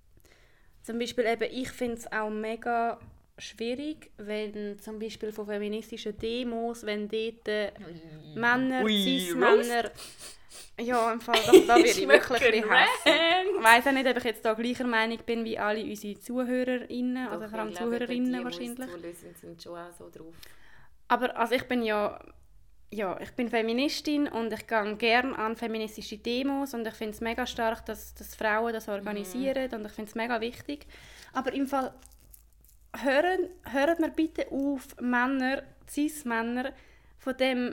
Zum Beispiel eben, ich finde es auch mega schwierig, wenn zum Beispiel von feministischen Demos, wenn dort äh, Männer, Ui, Cis-Männer... Ja, im Fall, da, da werde ich wirklich ein bisschen hässlich. Ich weiss auch nicht, ob ich jetzt da gleicher Meinung bin wie alle unsere ZuhörerInnen, Doch, oder vor allem ich glaube, Zuhörerinnen die, wahrscheinlich. Die uns zuhören, sind schon auch so drauf. Aber also ich bin ja, ja, ich bin Feministin und ich gehe gerne an feministische Demos und ich finde es mega stark, dass, dass Frauen das organisieren, mhm. und ich finde es mega wichtig. Aber im Fall, hören, hört mir bitte auf, Männer, Cis-Männer, von dem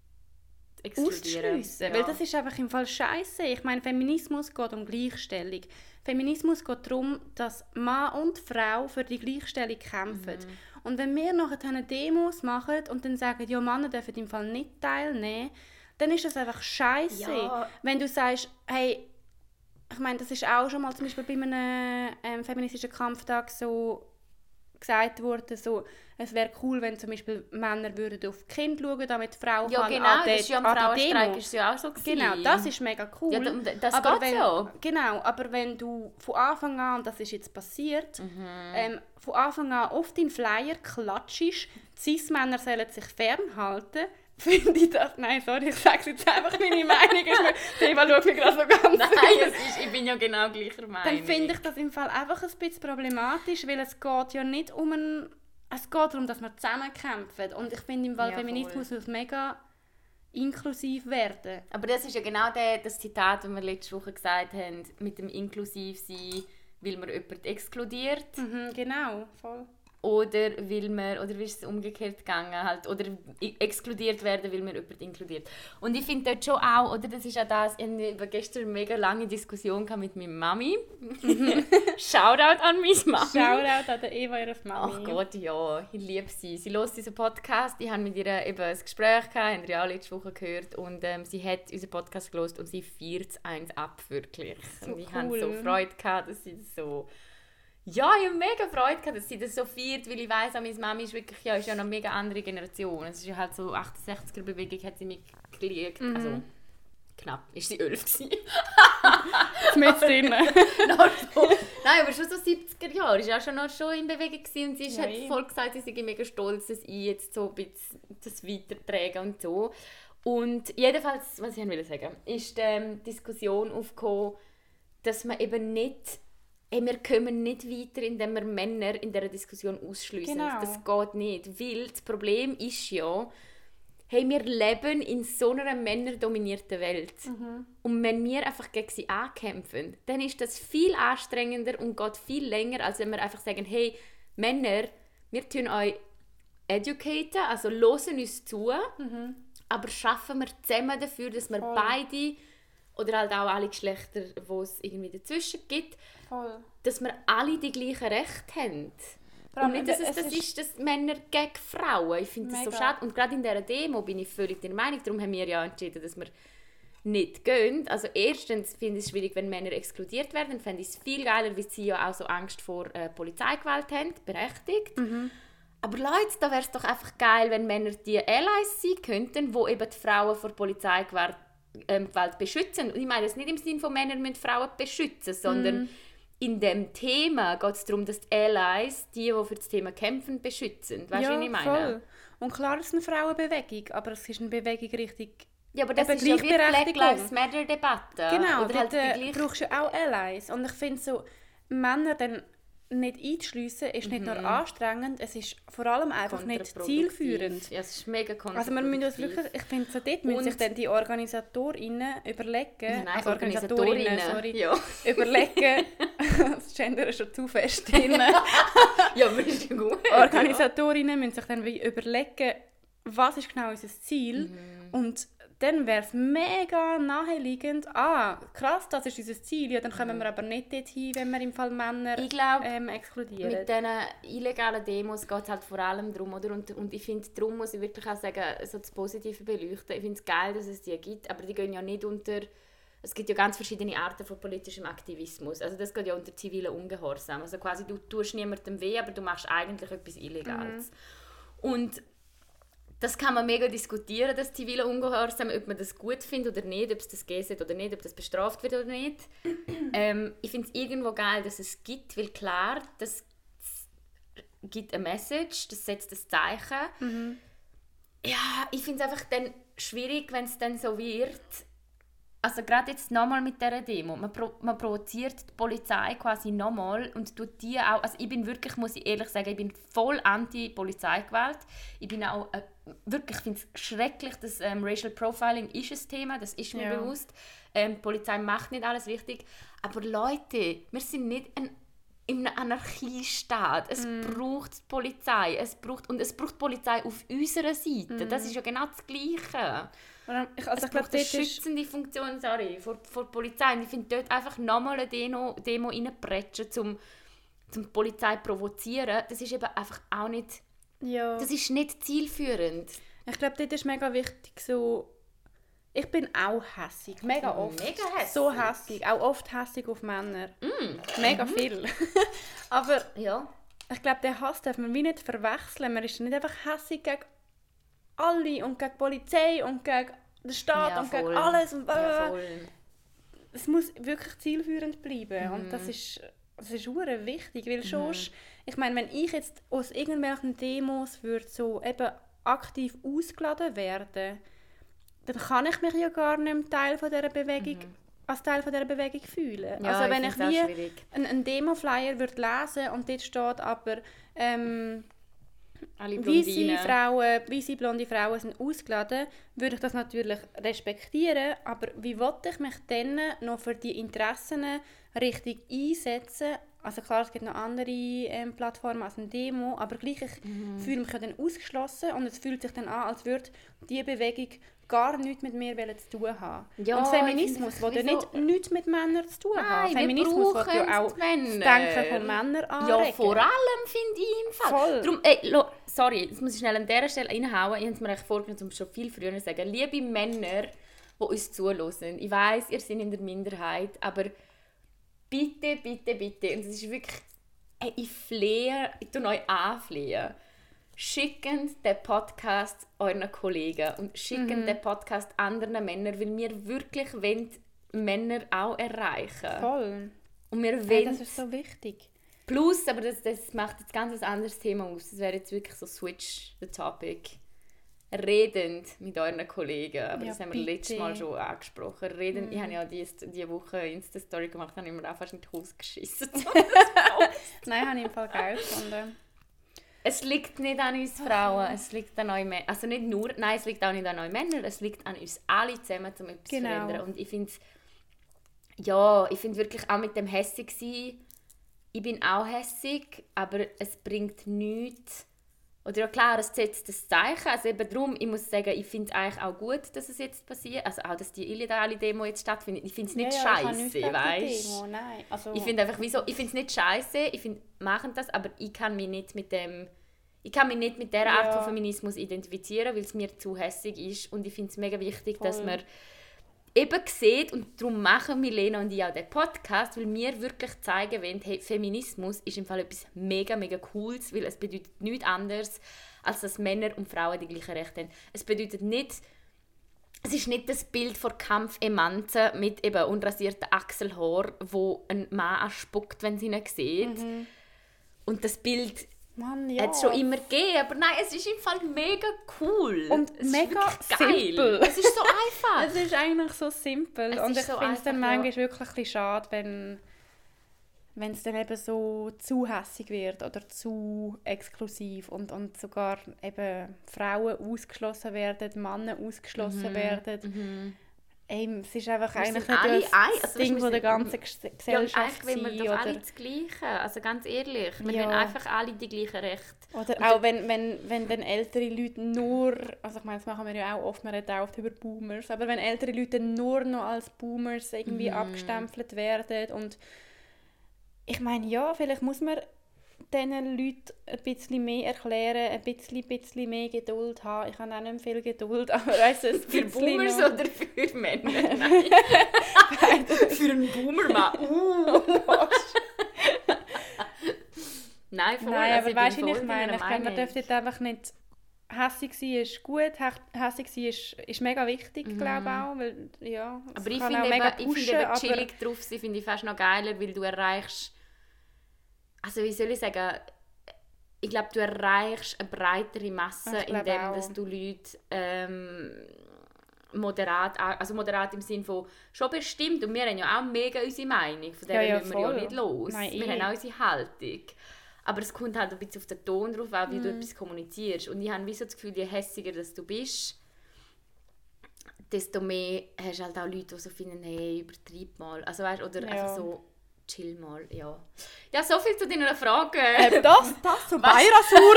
auszuschliessen. Ja. Weil das ist einfach im Fall scheiße. Ich meine, Feminismus geht um Gleichstellung. Feminismus geht darum, dass Mann und Frau für die Gleichstellung kämpfen. Mhm. Und wenn wir nachher Demos machen und dann sagen, ja, Männer dürfen im Fall nicht teilnehmen, dann ist das einfach scheiße. Ja. Wenn du sagst, hey, ich meine, das ist auch schon mal zum Beispiel bei einem ähm, feministischen Kampftag so gesagt worden, so, es wäre cool, wenn zum Beispiel Männer würden auf die Kinder schauen, damit die Frau ja, kann genau, an das ist ja am Frauenstreik ist ja auch so gewesen. Genau, das ist mega cool. Ja, das aber geht wenn, so. Genau, aber wenn du von Anfang an, und das ist jetzt passiert, mhm. ähm, von Anfang an auf deinen Flyer klatschst, Cis-Männer sollen sich fernhalten, finde ich das... Nein, sorry, ich sage jetzt einfach, meine Meinung ist... Eva schaut mich gerade so ganz... Nein, es ist, ich bin ja genau gleicher Meinung. Dann finde ich das im Fall einfach ein bisschen problematisch, weil es geht ja nicht um ein... Es geht darum, dass wir zusammenkämpfen. Und ich finde, im Fall ja, Feminismus muss mega inklusiv werden. Aber das ist ja genau der, das Zitat, das wir letzte Woche gesagt haben, mit dem inklusiv sein, weil man jemanden exkludiert. Mhm, genau, voll. Oder will man, oder wie ist es umgekehrt gegangen, halt, oder exkludiert werden, weil man jemanden inkludiert. Und ich finde dort schon auch, oder das ist auch das, ich hatte gestern eine mega lange Diskussion mit meiner Mami. Mhm. Shoutout an meine Mami. Shoutout an Eva, ihre Mami. Ach Gott, ja, ich liebe sie. Sie hört diesen Podcast, ich habe mit ihr eben ein Gespräch gehabt, haben wir ja letzte Woche gehört, und ähm, sie hat unseren Podcast gehört und sie feiert es eins ab, wirklich. So und ich cool. hatte so Freude gehabt, dass sie das so... Ja, ich habe mega Freude gehabt, dass sie das so feiert, weil ich weiss, meine Mami ist wirklich, ja, ist ja noch eine mega andere Generation. Es ist ja halt so achtundsechziger-Bewegung, hat sie mitgekriegt. Mhm. Also, knapp, ist sie elf gewesen. Mit drinnen. so. Nein, aber schon so siebziger Jahre, ist ja schon noch schon in Bewegung gewesen, und sie ja, hat ja. voll gesagt, sie sei mega stolz, dass ich jetzt so ein bisschen das weiterträge und so. Und jedenfalls, was ich will sagen, ist die ähm, Diskussion aufgekommen, dass man eben nicht... Hey, wir kommen nicht weiter, indem wir Männer in dieser Diskussion ausschliessen. Genau. Das geht nicht. Weil das Problem ist ja, hey, wir leben in so einer männerdominierten Welt. Mhm. Und wenn wir einfach gegen sie ankämpfen, dann ist das viel anstrengender und geht viel länger, als wenn wir einfach sagen, hey, Männer, wir tun euch educaten, also hören uns zu, mhm. aber schaffen wir zusammen dafür, dass wir oh. beide... oder halt auch alle Geschlechter, die es irgendwie dazwischen gibt, Voll. dass wir alle die gleichen Rechte haben. Und nicht, dass es, es das ist, ist, dass Männer gegen Frauen. Ich finde das so schade. Und gerade in dieser Demo bin ich völlig der Meinung, darum haben wir ja entschieden, dass wir nicht gehen. Also erstens finde ich es schwierig, wenn Männer exkludiert werden. Dann fände ich es viel geiler, weil sie ja auch so Angst vor äh, Polizeigewalt haben, berechtigt. Mhm. Aber Leute, da wäre es doch einfach geil, wenn Männer die Allies sein könnten, die eben die Frauen vor Polizeigewalt ähm, Gewalt beschützen. Und ich meine das nicht im Sinne von Männern müssen Frauen beschützen, sondern mm. in dem Thema geht es darum, dass die Allies, die, die für das Thema kämpfen, beschützen. Weißt du, ja, was ich meine? Voll. Und klar ist es eine Frauenbewegung, aber es ist eine Bewegung richtig... Ja, aber das ist ja wie die Black Lives Matter Debatte. Genau, oder halt äh, brauchst du auch Allies. Und ich finde so, Männer dann nicht einzuschliessen, ist mhm. nicht nur anstrengend, es ist vor allem einfach nicht zielführend. Ja, es ist mega kontraproduktiv. Also man müssen das wirklich, ich finde, so dort müssen sich dann die OrganisatorInnen überlegen, nein, also Organisatorinnen, Organisatorinnen, sorry, ja. überlegen, das Gender ist schon zu fest drin. Ja, aber ist ja gut. Organisatorinnen müssen sich dann wie überlegen, was ist genau unser Ziel, mhm. und dann wäre es mega naheliegend, ah, krass, das ist unser Ziel, ja, dann kommen wir aber nicht dorthin, wenn wir im Fall Männer ich glaub, ähm, exkludieren. Mit diesen illegalen Demos geht es halt vor allem darum, oder? Und, und ich finde, darum muss ich wirklich auch sagen, so das Positive beleuchten. Ich finde es geil, dass es die gibt, aber die gehen ja nicht unter es gibt ja ganz verschiedene Arten von politischem Aktivismus. Also das geht ja unter zivilen Ungehorsam. Also quasi, du tust niemandem weh, aber du machst eigentlich etwas Illegales. Mhm. Und das kann man mega diskutieren, das zivile Ungehorsam, ob man das gut findet oder nicht, ob es das gegeben hat oder nicht, ob das bestraft wird oder nicht. ähm, ich finde es irgendwo geil, dass es gibt, weil klar, das gibt eine Message, das setzt ein Zeichen. Mhm. Ja, ich finde es einfach dann schwierig, wenn es dann so wird. Also gerade jetzt nochmal mit dieser Demo. Man, pro, man provoziert die Polizei quasi nochmal und tut die auch... Also ich bin wirklich, muss ich ehrlich sagen, ich bin voll anti-Polizeigewalt. Ich bin auch... Äh, wirklich, ich finde es schrecklich, dass ähm, Racial Profiling ist ein Thema, das ist mir ja. bewusst. Ähm, die Polizei macht nicht alles richtig. Aber Leute, wir sind nicht ein in einem Anarchiestaat. Es mm. braucht die Polizei. Es braucht, und es braucht die Polizei auf unserer Seite. Mm. Das ist ja genau das Gleiche. Ich, also es ich braucht eine schützende ist... Funktion sorry, vor, vor der Polizei. Und ich finde dort einfach nochmal eine Demo, Demo reinpretschen, um die Polizei zu provozieren. Das ist eben einfach auch nicht... Ja. Das ist nicht zielführend. Ich glaube, dort ist mega wichtig so... Ich bin auch hässig, mega oft. Mega hässig. So hässig, auch oft hässig auf Männer. Mm. Mega mhm. viel. Aber ja. ich glaube, den Hass darf man wie nicht verwechseln. Man ist nicht einfach hässig gegen alle und gegen die Polizei und gegen den Staat ja, und gegen alles. Und ja, voll. Es muss wirklich zielführend bleiben. Mhm. Und das ist, das ist verdammt wichtig, weil mhm. sonst, ich meine, wenn ich jetzt aus irgendwelchen Demos würde so eben aktiv ausgeladen werden, dann kann ich mich ja gar nicht mehr Teil von dieser Bewegung, mhm. als Teil von dieser Bewegung fühlen. Ja, also wenn ich, ich wie einen, einen Demo-Flyer würde lesen und dort steht aber ähm, weisse Frauen, weisse blonde Frauen sind ausgeladen, würde ich das natürlich respektieren, aber wie wollte ich mich dann noch für die Interessen richtig einsetzen? Also klar, es gibt noch andere ähm, Plattformen als eine Demo, aber gleich, ich mhm. fühle mich ja dann ausgeschlossen und es fühlt sich dann an, als würde diese Bewegung gar nichts mit mir zu tun haben. Ja, und Feminismus will ja nicht nichts mit Männern zu tun Nein, haben. Feminismus will ja auch das Denken von Männern anregen. Ja, vor allem finde ich im Fall. Voll. Darum, ey, lo, sorry, das muss ich schnell an dieser Stelle reinhauen. Ich habe es mir echt vorgenommen, um schon viel früher zu sagen. Liebe Männer, die uns zuhören, ich weiss, ihr seid in der Minderheit, aber bitte, bitte, bitte, und es ist wirklich, ey, ich flehe, ich tue euch anflehen. Schicken den Podcast euren Kollegen und schicken mhm. den Podcast anderen Männern, weil wir wirklich wollen Männer auch erreichen. Voll. Und wir wollen, ja, das ist so wichtig. Plus, aber das, das macht jetzt ganz ein anderes Thema aus. Das wäre jetzt wirklich so switch the topic. Redend mit euren Kollegen, aber ja, das haben wir bitte. letztes Mal schon angesprochen. Redend, mm. Ich habe ja diese die Woche Insta-Story gemacht, habe ich mir auch fast in die Hose geschissen. Nein, habe ich im Fall geil gefunden. Es liegt nicht an uns Frauen, oh. es liegt an euch Männern. Also nicht nur, nein, es liegt auch nicht an euch Männern, es liegt an uns alle zusammen, um etwas genau. zu verändern. Und ich finde ja, ich finde wirklich auch mit dem hässig sein, ich bin auch hässig, aber es bringt nichts. Oder ja klar, es setzt das Zeichen. Also eben darum, ich muss sagen, ich finde es eigentlich auch gut, dass es jetzt passiert. Also auch, dass die illegale Demo jetzt stattfindet. Ich finde es nicht ja, scheiße, ja, weißt du? Also, ich finde einfach, wieso? Ich finde es nicht scheiße. Ich finde, machen das, aber ich kann mich nicht mit dem, ich kann mich nicht mit dieser Art ja. von Feminismus identifizieren, weil es mir zu hässig ist. Und ich finde es mega wichtig, Voll. dass man eben sieht, und darum machen Milena und ich auch den Podcast, weil wir wirklich zeigen wollen, hey, Feminismus ist im Fall etwas mega, mega Cooles, weil es bedeutet nichts anderes, als dass Männer und Frauen die gleichen Rechte haben. Es bedeutet nicht, es ist nicht das Bild von Kampfemanze mit eben unrasierten Achselhaar, wo ein Mann anspuckt, wenn sie ihn sieht. Mhm. Und das Bild Mann, ja. hat es schon immer gegeben, aber nein, es ist im Fall mega cool. Und es mega simpel. Es ist so einfach. Es ist eigentlich so simpel. Es und ich so finde es dann manchmal ja. wirklich ein bisschen schade, wenn, wenn es dann eben so zu hässig wird oder zu exklusiv und, und sogar eben Frauen ausgeschlossen werden, Männer ausgeschlossen mhm. werden. Mhm. Ey, es ist einfach wir eigentlich nicht das ein, also Ding von der ganzen Gesellschaft ja, eigentlich sein. Eigentlich wir doch alle das Gleiche, also ganz ehrlich. Wir ja. wollen einfach alle die gleichen Rechte. Oder und auch wenn, wenn, wenn dann ältere Leute nur, also ich meine, das machen wir ja auch oft, man redet auch oft über Boomers, aber wenn ältere Leute nur noch als Boomers irgendwie mm. abgestempelt werden und ich meine, ja, vielleicht muss man diesen Leuten ein bisschen mehr erklären, ein bisschen, bisschen mehr Geduld haben. Ich habe auch nicht viel Geduld, aber weißt du, ein Für bisschen Boomers noch. oder für Männer? Nein. Für einen Boomer-Mann. Uh. Nein, voll. Nein, also aber ich weißt du, bin was ich voll meine? deiner Ich glaube, man Meinung. dürfte jetzt einfach nicht... Hässig sein ist gut, hä- hässig sein ist, ist mega wichtig, Mhm. glaube ich auch, weil, ja, es Aber ich kann finde auch eben, mega ich pushen, finde eben aber chillig drauf sein, finde ich fast noch geiler, weil du erreichst, also wie soll ich sagen, ich glaube, du erreichst eine breitere Masse, Ich glaube indem auch. dass du Leute ähm, moderat, also moderat im Sinne von schon bestimmt, und wir haben ja auch mega unsere Meinung, von der Ja, ja, lassen wir ja voll. nicht los. Nein, wir eh. haben auch unsere Haltung. Aber es kommt halt ein bisschen auf den Ton drauf an, wie Mhm. du etwas kommunizierst. Und ich habe wie so das Gefühl, je hässiger dass du bist, desto mehr hast du halt auch Leute, die so finden, hey, übertreib mal. Also weißt, oder Ja. einfach so, chill mal, ja. Ja, so viel zu deiner Frage. Äh, das, das zum Was? Beirasur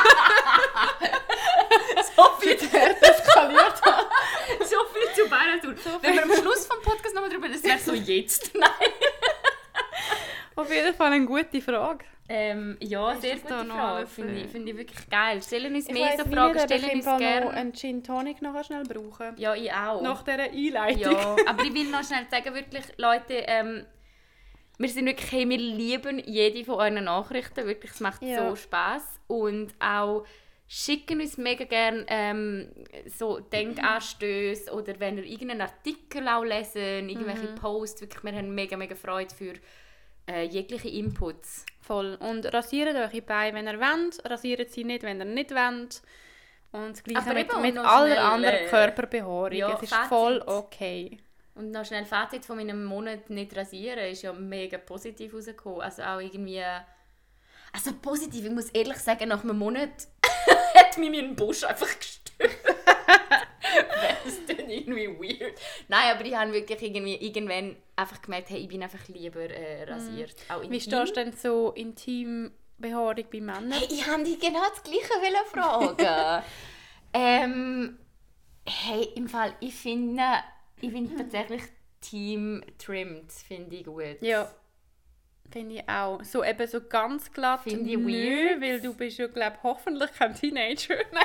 so viel, eskaliert. so viel zu Beiratur. Wenn wir am Schluss vom Podcast nochmal drüber, das wäre so jetzt. Nein. Auf jeden Fall eine gute Frage. Ähm, ja, Ist sehr das gute da noch Frage. alles, Finde äh? ich, finde ich wirklich geil. Stellen uns Ich mehr weiss so wie Fragen, nicht, ob ich stellen im uns Fall noch gerne. einen Gin Tonic nachher schnell brauchen. Ja, ich auch. Nach dieser Einleitung. Ja, aber ich will noch schnell sagen, wirklich, Leute, ähm, wir sind wirklich, hey, wir lieben jede von euren Nachrichten, wirklich, es macht Ja. so Spass und auch schicken uns mega gerne ähm, so Denkanstöße oder wenn ihr irgendeinen Artikel auch lesen, irgendwelche Mhm. Posts, wirklich, wir haben mega, mega Freude für äh, jegliche Inputs. Voll. Und rasiert eure Beine, wenn ihr wollt. Rasiert sie nicht, wenn ihr nicht wollt. Und das Gleiche Aber mit, eben mit noch aller schnell, anderen äh, Körperbehaarung. ja, es ist Fazit. voll okay. Und noch schnell Fazit von meinem Monat nicht rasieren ist ja mega positiv rausgekommen. Also auch irgendwie... Also positiv, ich muss ehrlich sagen, nach einem Monat hat mich mein Busch einfach gestört. Das ist dann irgendwie weird. Nein, aber ich habe wirklich irgendwie irgendwann einfach gemerkt, hey, ich bin einfach lieber äh, rasiert. Auch Wie intim. stehst du denn so Intimbehaarung bei Männern? Hey, ich wollte dich genau das Gleiche wollen fragen. ähm, hey, im Fall, ich finde, ich finde tatsächlich Team trimmed, finde ich gut. Ja, finde ich auch. So eben so ganz glatt. Finde ich nö, weird. weil du bist ja, glaube hoffentlich kein Teenager. Nein.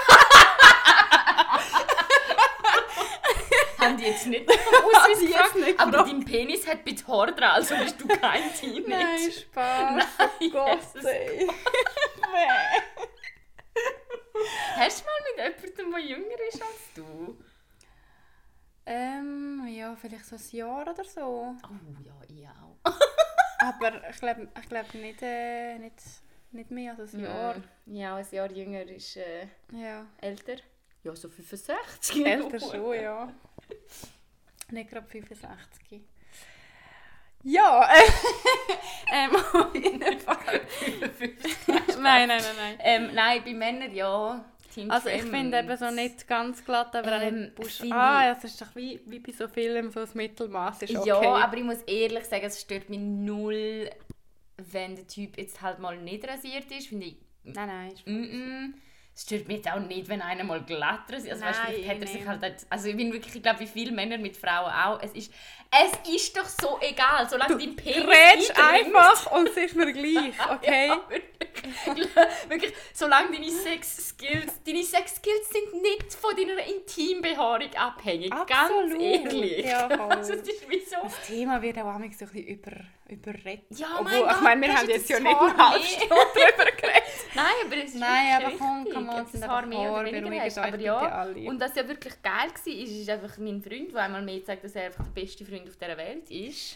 Haben die jetzt nicht Haben die jetzt gefragt, nicht aber gefragt. dein Penis hat bitte Haar dran, also bist du kein Teenager. Nein, Spaß. Nein, Oh Gott, Jesus. ey. Nee. Hast du mal mit jemandem, der jünger ist als du? Ähm, ja, vielleicht so ein Jahr oder so. Oh ja, ich auch. Aber ich glaube ich glaub nicht, äh, nicht, nicht mehr als ein Jahr. Ja, ein Jahr jünger ist äh, Ja. älter. Ja, so fünfundsechzig. Älter schon, ja. Nicht gerade fünfundsechzig. Ja, äh, ähm, auf jeden Fall. Nein, nein, nein, nein. ähm, nein, bei Männern ja. Team Also ich Trimmed. finde eben so nicht ganz glatt, aber auch Ähm, nicht Busch. finde Ah, ich- es ist doch wie, wie bei so Filmen, so das Mittelmaß ist okay. Ja, aber ich muss ehrlich sagen, es stört mich null, wenn der Typ jetzt halt mal nicht rasiert ist. Finde ich, Nein, nein. Ist mm -mm. Es stört mich jetzt auch nicht, wenn einer mal glatt rasiert ist. Also, weißt, Nein, vielleicht hat er eh sich nicht. halt, halt- also ich bin wirklich, ich glaube, wie viele Männer mit Frauen auch, es ist, es ist doch so egal, solange dein Penis Rätsch eindringt. einfach und es ist mir gleich, okay? Ja, wirklich. wirklich, solange deine Sex-Skills, deine Sex-Skills sind nicht von deiner Intimbehaarung abhängig, Absolut. ganz ehrlich. Ja, voll. Also, es ist wie so... Das Thema wird auch manchmal so ein bisschen über, überredet. Ja, Obwohl, mein ich Gott, meine, wir das haben ist jetzt das ja nicht Haar eine halbe mehr. Stunde darüber geredet. Nein, aber es ist Nein, wirklich aber komm, wichtig, come on, ob es sind das einfach Haar mehr oder Haare, weniger beruhigt hast. euch Aber bitte ja, alle. und was ja wirklich geil war, ist, ist einfach mein Freund, der einmal mehr sagt, dass er einfach der beste Freund auf dieser Welt ist.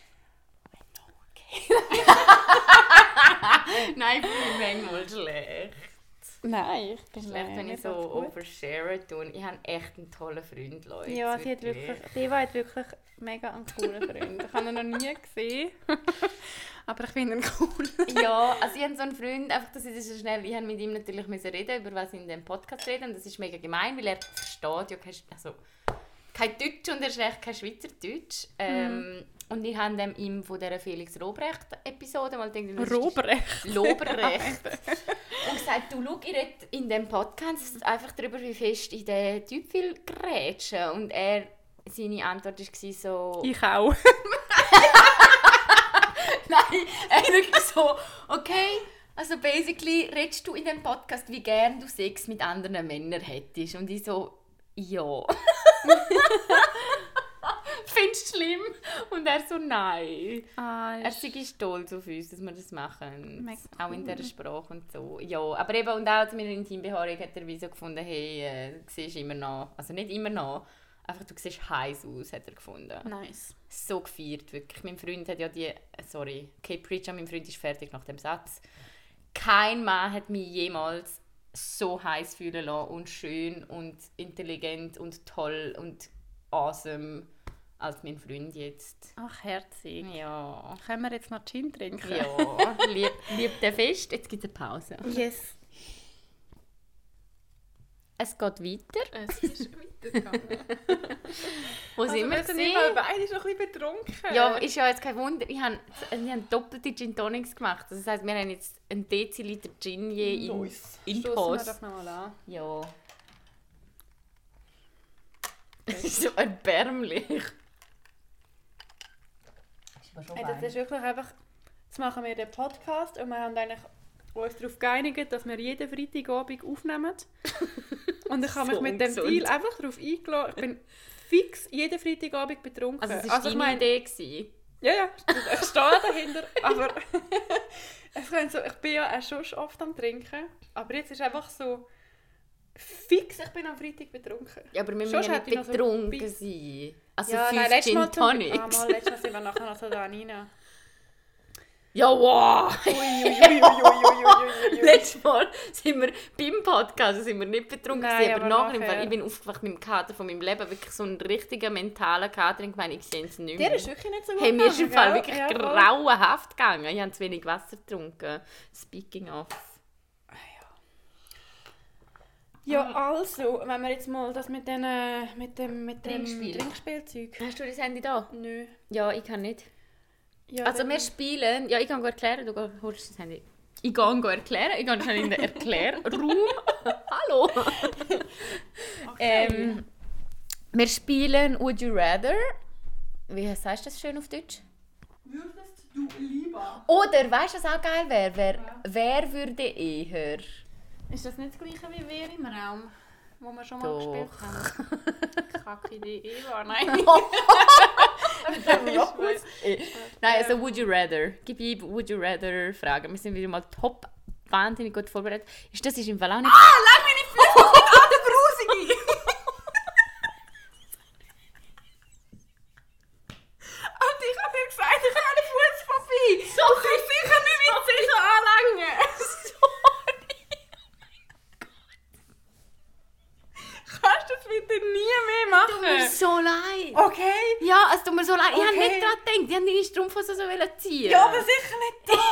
Nein, ich bin manchmal schlecht. Nein, ich bin Schlecht, wenn ich nicht so gut. overshare tue. Ich habe echt einen tollen Freund, Leute. Ja, sie hat wirklich, die hat wirklich mega einen coolen Freund. Ich habe ihn noch nie gesehen. Aber ich finde ihn cool. Ja, also ich habe so einen Freund, einfach, dass ich das so schnell, ich habe mit ihm natürlich müssen reden, über was in dem Podcast reden, und das ist mega gemein, weil er versteht ja kein, also, kein Deutsch und er spricht kein Schweizerdeutsch. Ähm, und ich habe dem ihm von dieser Felix Robrecht-Episode mal gedacht, Robrecht. Lobrecht. Und gesagt, du schau, ich rede in diesem Podcast einfach darüber, wie fest ich den Typ will grätschen. Und er, seine Antwort war so... Ich auch. Nein, er wirklich so, okay, Also basically redest du in dem Podcast, wie gern du Sex mit anderen Männern hättest. Und ich so, ja. Findest du schlimm? Und er so, nein. Ah, Er sei stolz auf uns, dass wir das machen. Mega Auch in cool. dieser Sprache und so. Ja, aber eben, und auch zu meiner Intimbehaarung hat er wie so gefunden, hey, äh, du siehst immer noch, also nicht immer noch, einfach du siehst heiß aus, hat er gefunden. nice. So gefeiert, wirklich. Mein Freund hat ja die, sorry, Kate Preacher, mein Freund ist fertig nach dem Satz. Kein Mann hat mich jemals so heiß fühlen lassen und schön und intelligent und toll und awesome als mein Freund jetzt. Ach, herzig. Ja. Können wir jetzt noch Gin trinken? Ja, lieb, lieb den fest. Jetzt gibt es eine Pause. Yes. Es geht weiter. Es ist weitergegangen. Wo Also sind wir? wir sind gewesen? immer beide schon ein bisschen betrunken. Ja, ist ja jetzt kein Wunder. Ich habe, wir haben doppelte Gin Tonics gemacht. Das heisst, wir haben jetzt einen Deziliter Gin je in, nice. in Stossen wir Post. doch nochmal an. Ja. Das ist so erbärmlich. Hey, das ist wirklich einfach, jetzt machen wir den Podcast und wir haben eigentlich uns darauf geeinigt, dass wir jeden Freitagabend aufnehmen. Und ich habe mich So mit dem ungesund. Deal einfach darauf eingeladen. Ich bin fix jeden Freitagabend betrunken. Also es war also, ich deine meine, Idee. Gewesen. ja, ja, ich stehe dahinter, aber ich, meine so, ich bin ja auch schon oft am Trinken, aber jetzt ist einfach so fix, ich bin am Freitag betrunken. Ja, aber wir Sonst müssen ja hätte ich nicht noch so betrunken bi- sein. Also ja, fünf nein, letztes Gin Mal, zum, ah, Tonics. mal, letztes Mal sind wir nachher noch so da rein. Ja, wow! Uiuiuiuiuiuiui. Letztes Mal sind wir beim Podcast sind wir nicht betrunken, Nein, gewesen, aber aber nachher, im nachher. Fall, ich bin aufgewacht mit dem Kater von meinem Leben, wirklich so einen richtigen mentalen Kater, ich meine, ich sehe es nicht mehr. Der ist wirklich nicht so gut Hey, mir ist im gegangen, Fall gell? wirklich Ja, voll. grauenhaft gegangen. Ich habe zu wenig Wasser getrunken. Speaking of. Ja, also, wenn wir jetzt mal das mit, den, äh, mit dem, mit dem Trinkspiel. Trinkspielzeug... Hast du das Handy da? Nö. Ja, ich kann nicht. Ja, Also dann- wir spielen, ja ich kann erklären, du geh- holst das Handy. Ich gehe erklären, ich gehe schnell in den Erklärraum. Hallo! ähm, wir spielen Would You Rather. Wie sagst du das schön auf Deutsch? Würdest du lieber... Oder, weißt du, was auch geil wäre? Wer, wer würde eher? Ist das nicht das gleiche wie «Wer im Raum», wo wir schon mal Doch. gespielt haben? Kacke Idee war, nein. Nein, also Would You Rather. Gib ein Would You Rather Fragen. Wir sind wieder mal top wahnsinnig gut vorbereitet. Ist das ist im Fall auch nicht... Ah, leg meine Füße auf den Atembrusige! Und ich hab dir gesagt, ich habe eine Fußphobie. So, Du kannst sicher nicht mit sicher anlangen. Kannst du das bitte nie mehr Tut mir machen? so leid. Okay. Ja, es tut mir so leid. Ich habe Okay. nicht daran gedacht. Ich habe deine Strumpfhose so ziehen. Ja, aber sicher nicht da.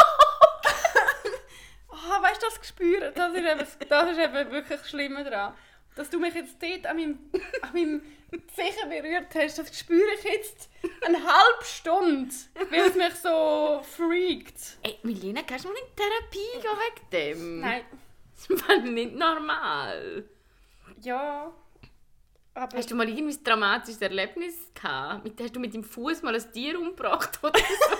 Ah, weißt du, das Gespür, das ist eben, das ist eben wirklich das Schlimme daran. Dass du mich jetzt dort an meinem, an meinem Sicher berührt hast, das spüre ich jetzt eine halbe Stunde, weil es mich so freakt. Ey, Milena, kannst du mal in Therapie gehen wegen dem? Nein. Das war nicht normal. Ja. Aber Hast du mal irgendwie ein dramatisches Erlebnis gehabt? Mit, hast du mit dem Fuß mal ein Tier umgebracht oder so?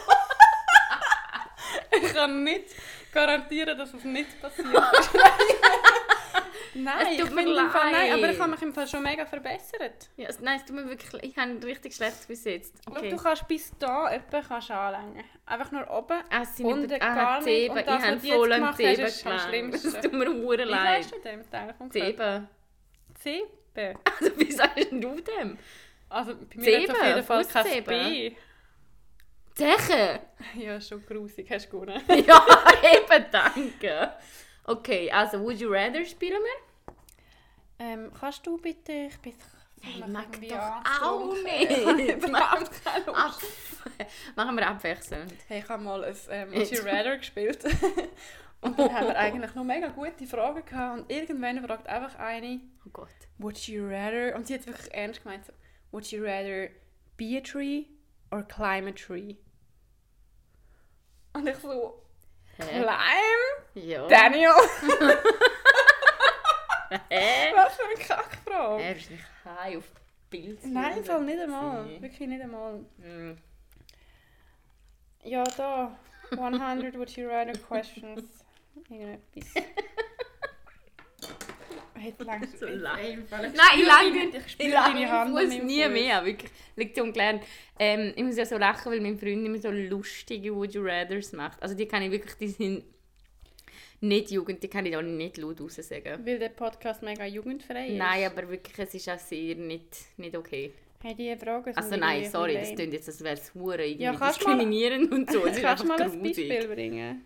ich kann nicht garantieren, dass es nicht passiert ist. Nein, Es tut ich mir finde im Fall, nein, leid. aber ich habe mich im Fall schon mega verbessert. Ja, es- nein, es tut mir wirklich... Ich habe ein richtig schlechtes bis jetzt. Schau, Okay. du kannst bis da etwa kannst anlängen. Einfach nur oben. Ah, sie unten mit der gar nicht. Zeben. Und Ich das, habe was du jetzt voll an gemacht hast, Zeben ist am gelangt. schlimmsten. Es tut mir hure Wie leid. sagst du dem? Eigentlich vom Körper? Zeben. Zeben. Also wie sagst du dem? Also bei mir hat es auf jeden Zeben, Fall kein Fusszeben. B. Zeche? Ja, schon grusig, hast du gewonnen. Ja, eben, danke. Okay, also Would You Rather spielen wir? Ähm, kannst du bitte... Ich bin Ich mich mag irgendwie doch angetrunken. auch Ich habe nicht. überhaupt keine Lust. Ab Machen wir abwechselnd. Hey, ich habe mal ein ähm, Would You Rather gespielt. Und dann haben wir eigentlich noch mega gute Fragen gehabt. Und irgendwann fragt einfach eine, Oh Gott. Would you rather... Und sie hat wirklich ernst gemeint so, Would you rather be a tree or climb a tree? Und ich so, Hä? climb? Ja. Daniel! Hä? Was für eine Kackfrage. Er ist nicht high auf Bild. Nein, im Fall nicht einmal. Wirklich nicht einmal. Hm. Ja, da. hundert Would You Rather Questions. Irgendetwas. Hätte langsam So so lang. Nein, Nein, ich lang Ich spüre deine Hand muss an meinem nie Fuß. mehr, wirklich. Lektion gelernt. Ähm, ich muss ja so lachen, weil mein Freund immer so lustige Would You Rathers macht. Also die kann ich wirklich, die sind nicht Jugend, die kann ich auch nicht laut raus sagen. Weil der Podcast mega jugendfrei ist. Nein, aber wirklich, es ist auch sehr nicht, nicht okay. Hey, die Fragen sind Also nein, irgendwie sorry, lame. das klingt jetzt, als wäre es hure irgendwie Ja, kannst du mal- diskriminierend und so. Es ist Kannst du einfach mal ein grusig. Beispiel bringen?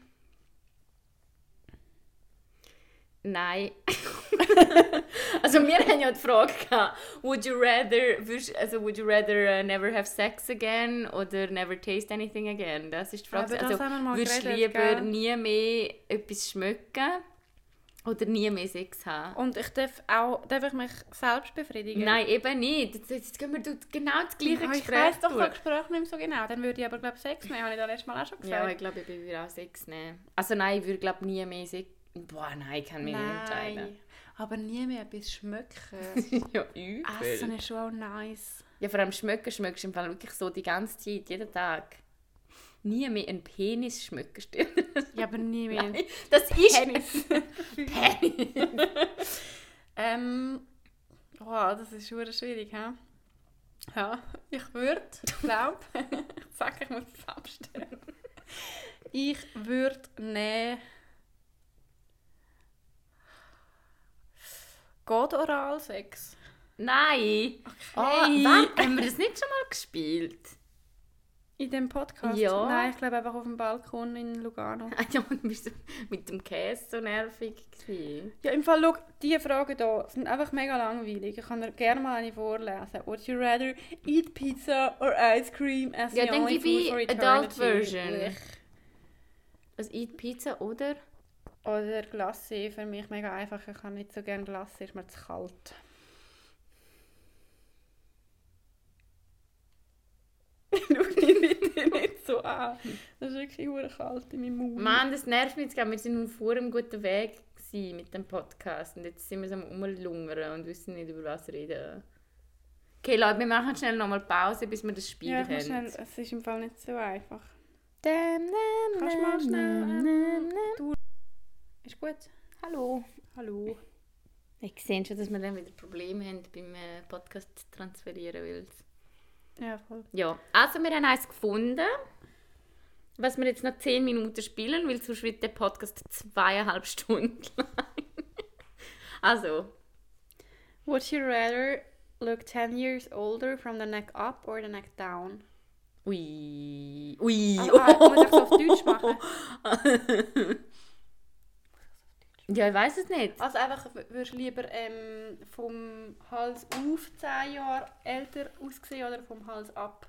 Nein. Also wir haben ja die Frage gehabt, would you rather, würdest- also would you rather uh, never have sex again oder never taste anything again? Das ist die Frage. Aber das Also haben wir mal würdest du geredet, lieber gell? nie mehr etwas schmecken oder nie mehr Sex haben? Und ich darf auch, darf ich mich selbst befriedigen? Nein, eben nicht. Jetzt, jetzt gehen wir durch genau das gleiche Ah, ich Gespräch weiss doch durch. das Gespräch nicht mehr so genau. Dann würde ich aber glaube Sex nehmen, habe ich das letztes Mal auch schon Ja, gesagt. ich glaube, ich würde auch Sex nehmen. Also nein, ich würde glaube nie mehr Sex... Boah, nein, ich kann mich nicht entscheiden. Nein, aber nie mehr etwas schmecken. Ja, übel. Essen ist schon auch nice. Ja, vor allem schmecken schmeckst du im Fall wirklich so die ganze Zeit, jeden Tag. Nie mehr einen Penis schmecken, stimmt das? Ja, aber nie mehr. Nein, das ist... Penis. Penis. ähm, oh, das ist schon schwierig, hä? Ja, ich würde, ich glaube, ich sage, ich muss es abstellen. Ich würde nehmen... Geht Oralsex? Nein. Oh, Okay. wann? Haben wir das nicht schon mal gespielt? In dem Podcast? Ja. Nein, ich glaube einfach auf dem Balkon in Lugano. Ah, ja, du bist mit dem Käse so nervig gewesen. Ja, im Fall, schau, diese Fragen hier sind einfach mega langweilig. Ich kann dir gerne mal eine vorlesen. Would you rather eat pizza or ice cream as Ja, the dann only gebe ich food for Adult eternity? Version. Blech. Also Eat Pizza oder? Oder Glacé, für mich mega einfach. Ich kann nicht so gerne Glacé, ist mir zu kalt. Schau mich bitte nicht so an. Das ist wirklich verdammt kalt in meinem Mund. Mann, das nervt mich jetzt gar. Wir sind auf vor einem guten Weg gewesen mit dem Podcast und jetzt sind wir so am Rumlungern und wissen nicht, über was reden. Okay, Leute, wir machen schnell nochmal Pause, bis wir das Spiel Ja, ich haben. muss schnell, es ist im Fall nicht so einfach. Dam, dam, Kannst du mal dam, schnell, dam, ähm, dam, dam. Ist gut? Hallo. Hallo. Ich sehe schon, dass wir dann wieder Probleme haben beim äh, Podcast transferieren. Weil Ja, voll. ja, also wir haben eins gefunden, was wir jetzt noch zehn Minuten spielen, weil sonst wird der Podcast zweieinhalb Stunden lang. Also, Would you rather look ten years older from the neck up or the neck down? ui, ui. Also, ah, du musst das auf Deutsch machen. Ja, ich weiß es nicht. Also einfach, w- würdest du lieber ähm, vom Hals auf zehn Jahre älter aussehen oder vom Hals ab?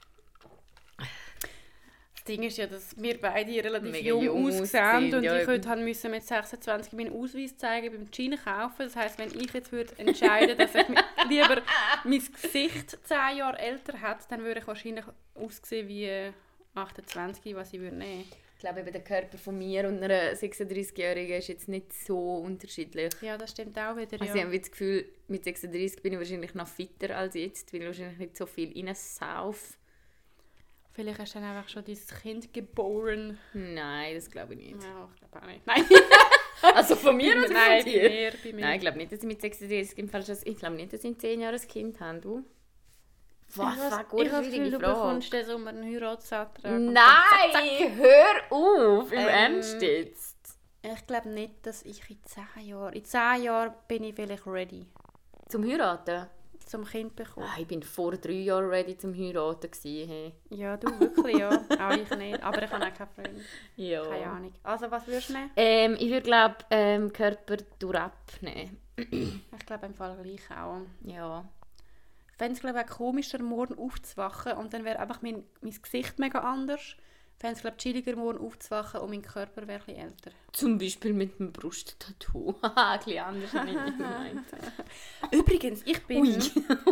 Das Ding ist ja, dass wir beide relativ Mega jung, jung aussehen aussehen, und ja, ich eben. heute haben müssen mit sechsundzwanzig meinen Ausweis zeigen beim Gin kaufen. Das heisst, wenn ich jetzt würde entscheiden, dass ich mi- lieber mein Gesicht zehn Jahre älter hätte, dann würde ich wahrscheinlich aussehen wie äh, achtundzwanzig, was ich würde nehmen. Ich glaube, eben der Körper von mir und einer sechsunddreißigjährigen ist jetzt nicht so unterschiedlich. Ja, das stimmt auch wieder, Also ja. ich habe das Gefühl, mit sechsunddreißig bin ich wahrscheinlich noch fitter als jetzt, weil ich wahrscheinlich nicht so viel reinsauf. Vielleicht hast du dann einfach schon dein Kind geboren. Nein, das glaube ich nicht. Ja, ich glaube auch nicht. Nein. Also von mir oder Nein, von bei dir? mir, bei mir. Nein, ich glaube nicht, dass ich mit sechsunddreißig im Fall schon... Ich glaube nicht, dass ich in zehn Jahren ein Kind habe, du? Was? Ich Fuck, habe gut, das Gefühl, schwierige du Frage. bekommst den Sommer einen Heiratsantrag. Nein, hör auf, im Ähm, Ernst jetzt. Ich glaube nicht, dass ich in zehn Jahren... In zehn Jahren bin ich vielleicht ready Zum Heiraten? zum Kind bekommen. Ah, ich bin vor drei Jahren ready zum Heiraten gewesen. Hey. Ja, du wirklich, ja. Auch ich nicht. Aber ich habe auch keinen Freund. Ja. Keine Ahnung. Also, was würdest du nehmen? Ähm, ich würde glaube ähm, Körper durchabnehmen. Ich glaube im Fall gleich auch. Ja. Ich fände es, glaube ich, auch komischer, morgen aufzuwachen und dann wäre einfach mein, mein Gesicht mega anders. Ich fände es, glaube ich, chilliger, morgen aufzuwachen und mein Körper wäre ein bisschen älter. Zum Beispiel mit einem Brusttattoo. Haha, ein bisschen anders habe ich nicht gemeint. Übrigens, ich bin... Ui.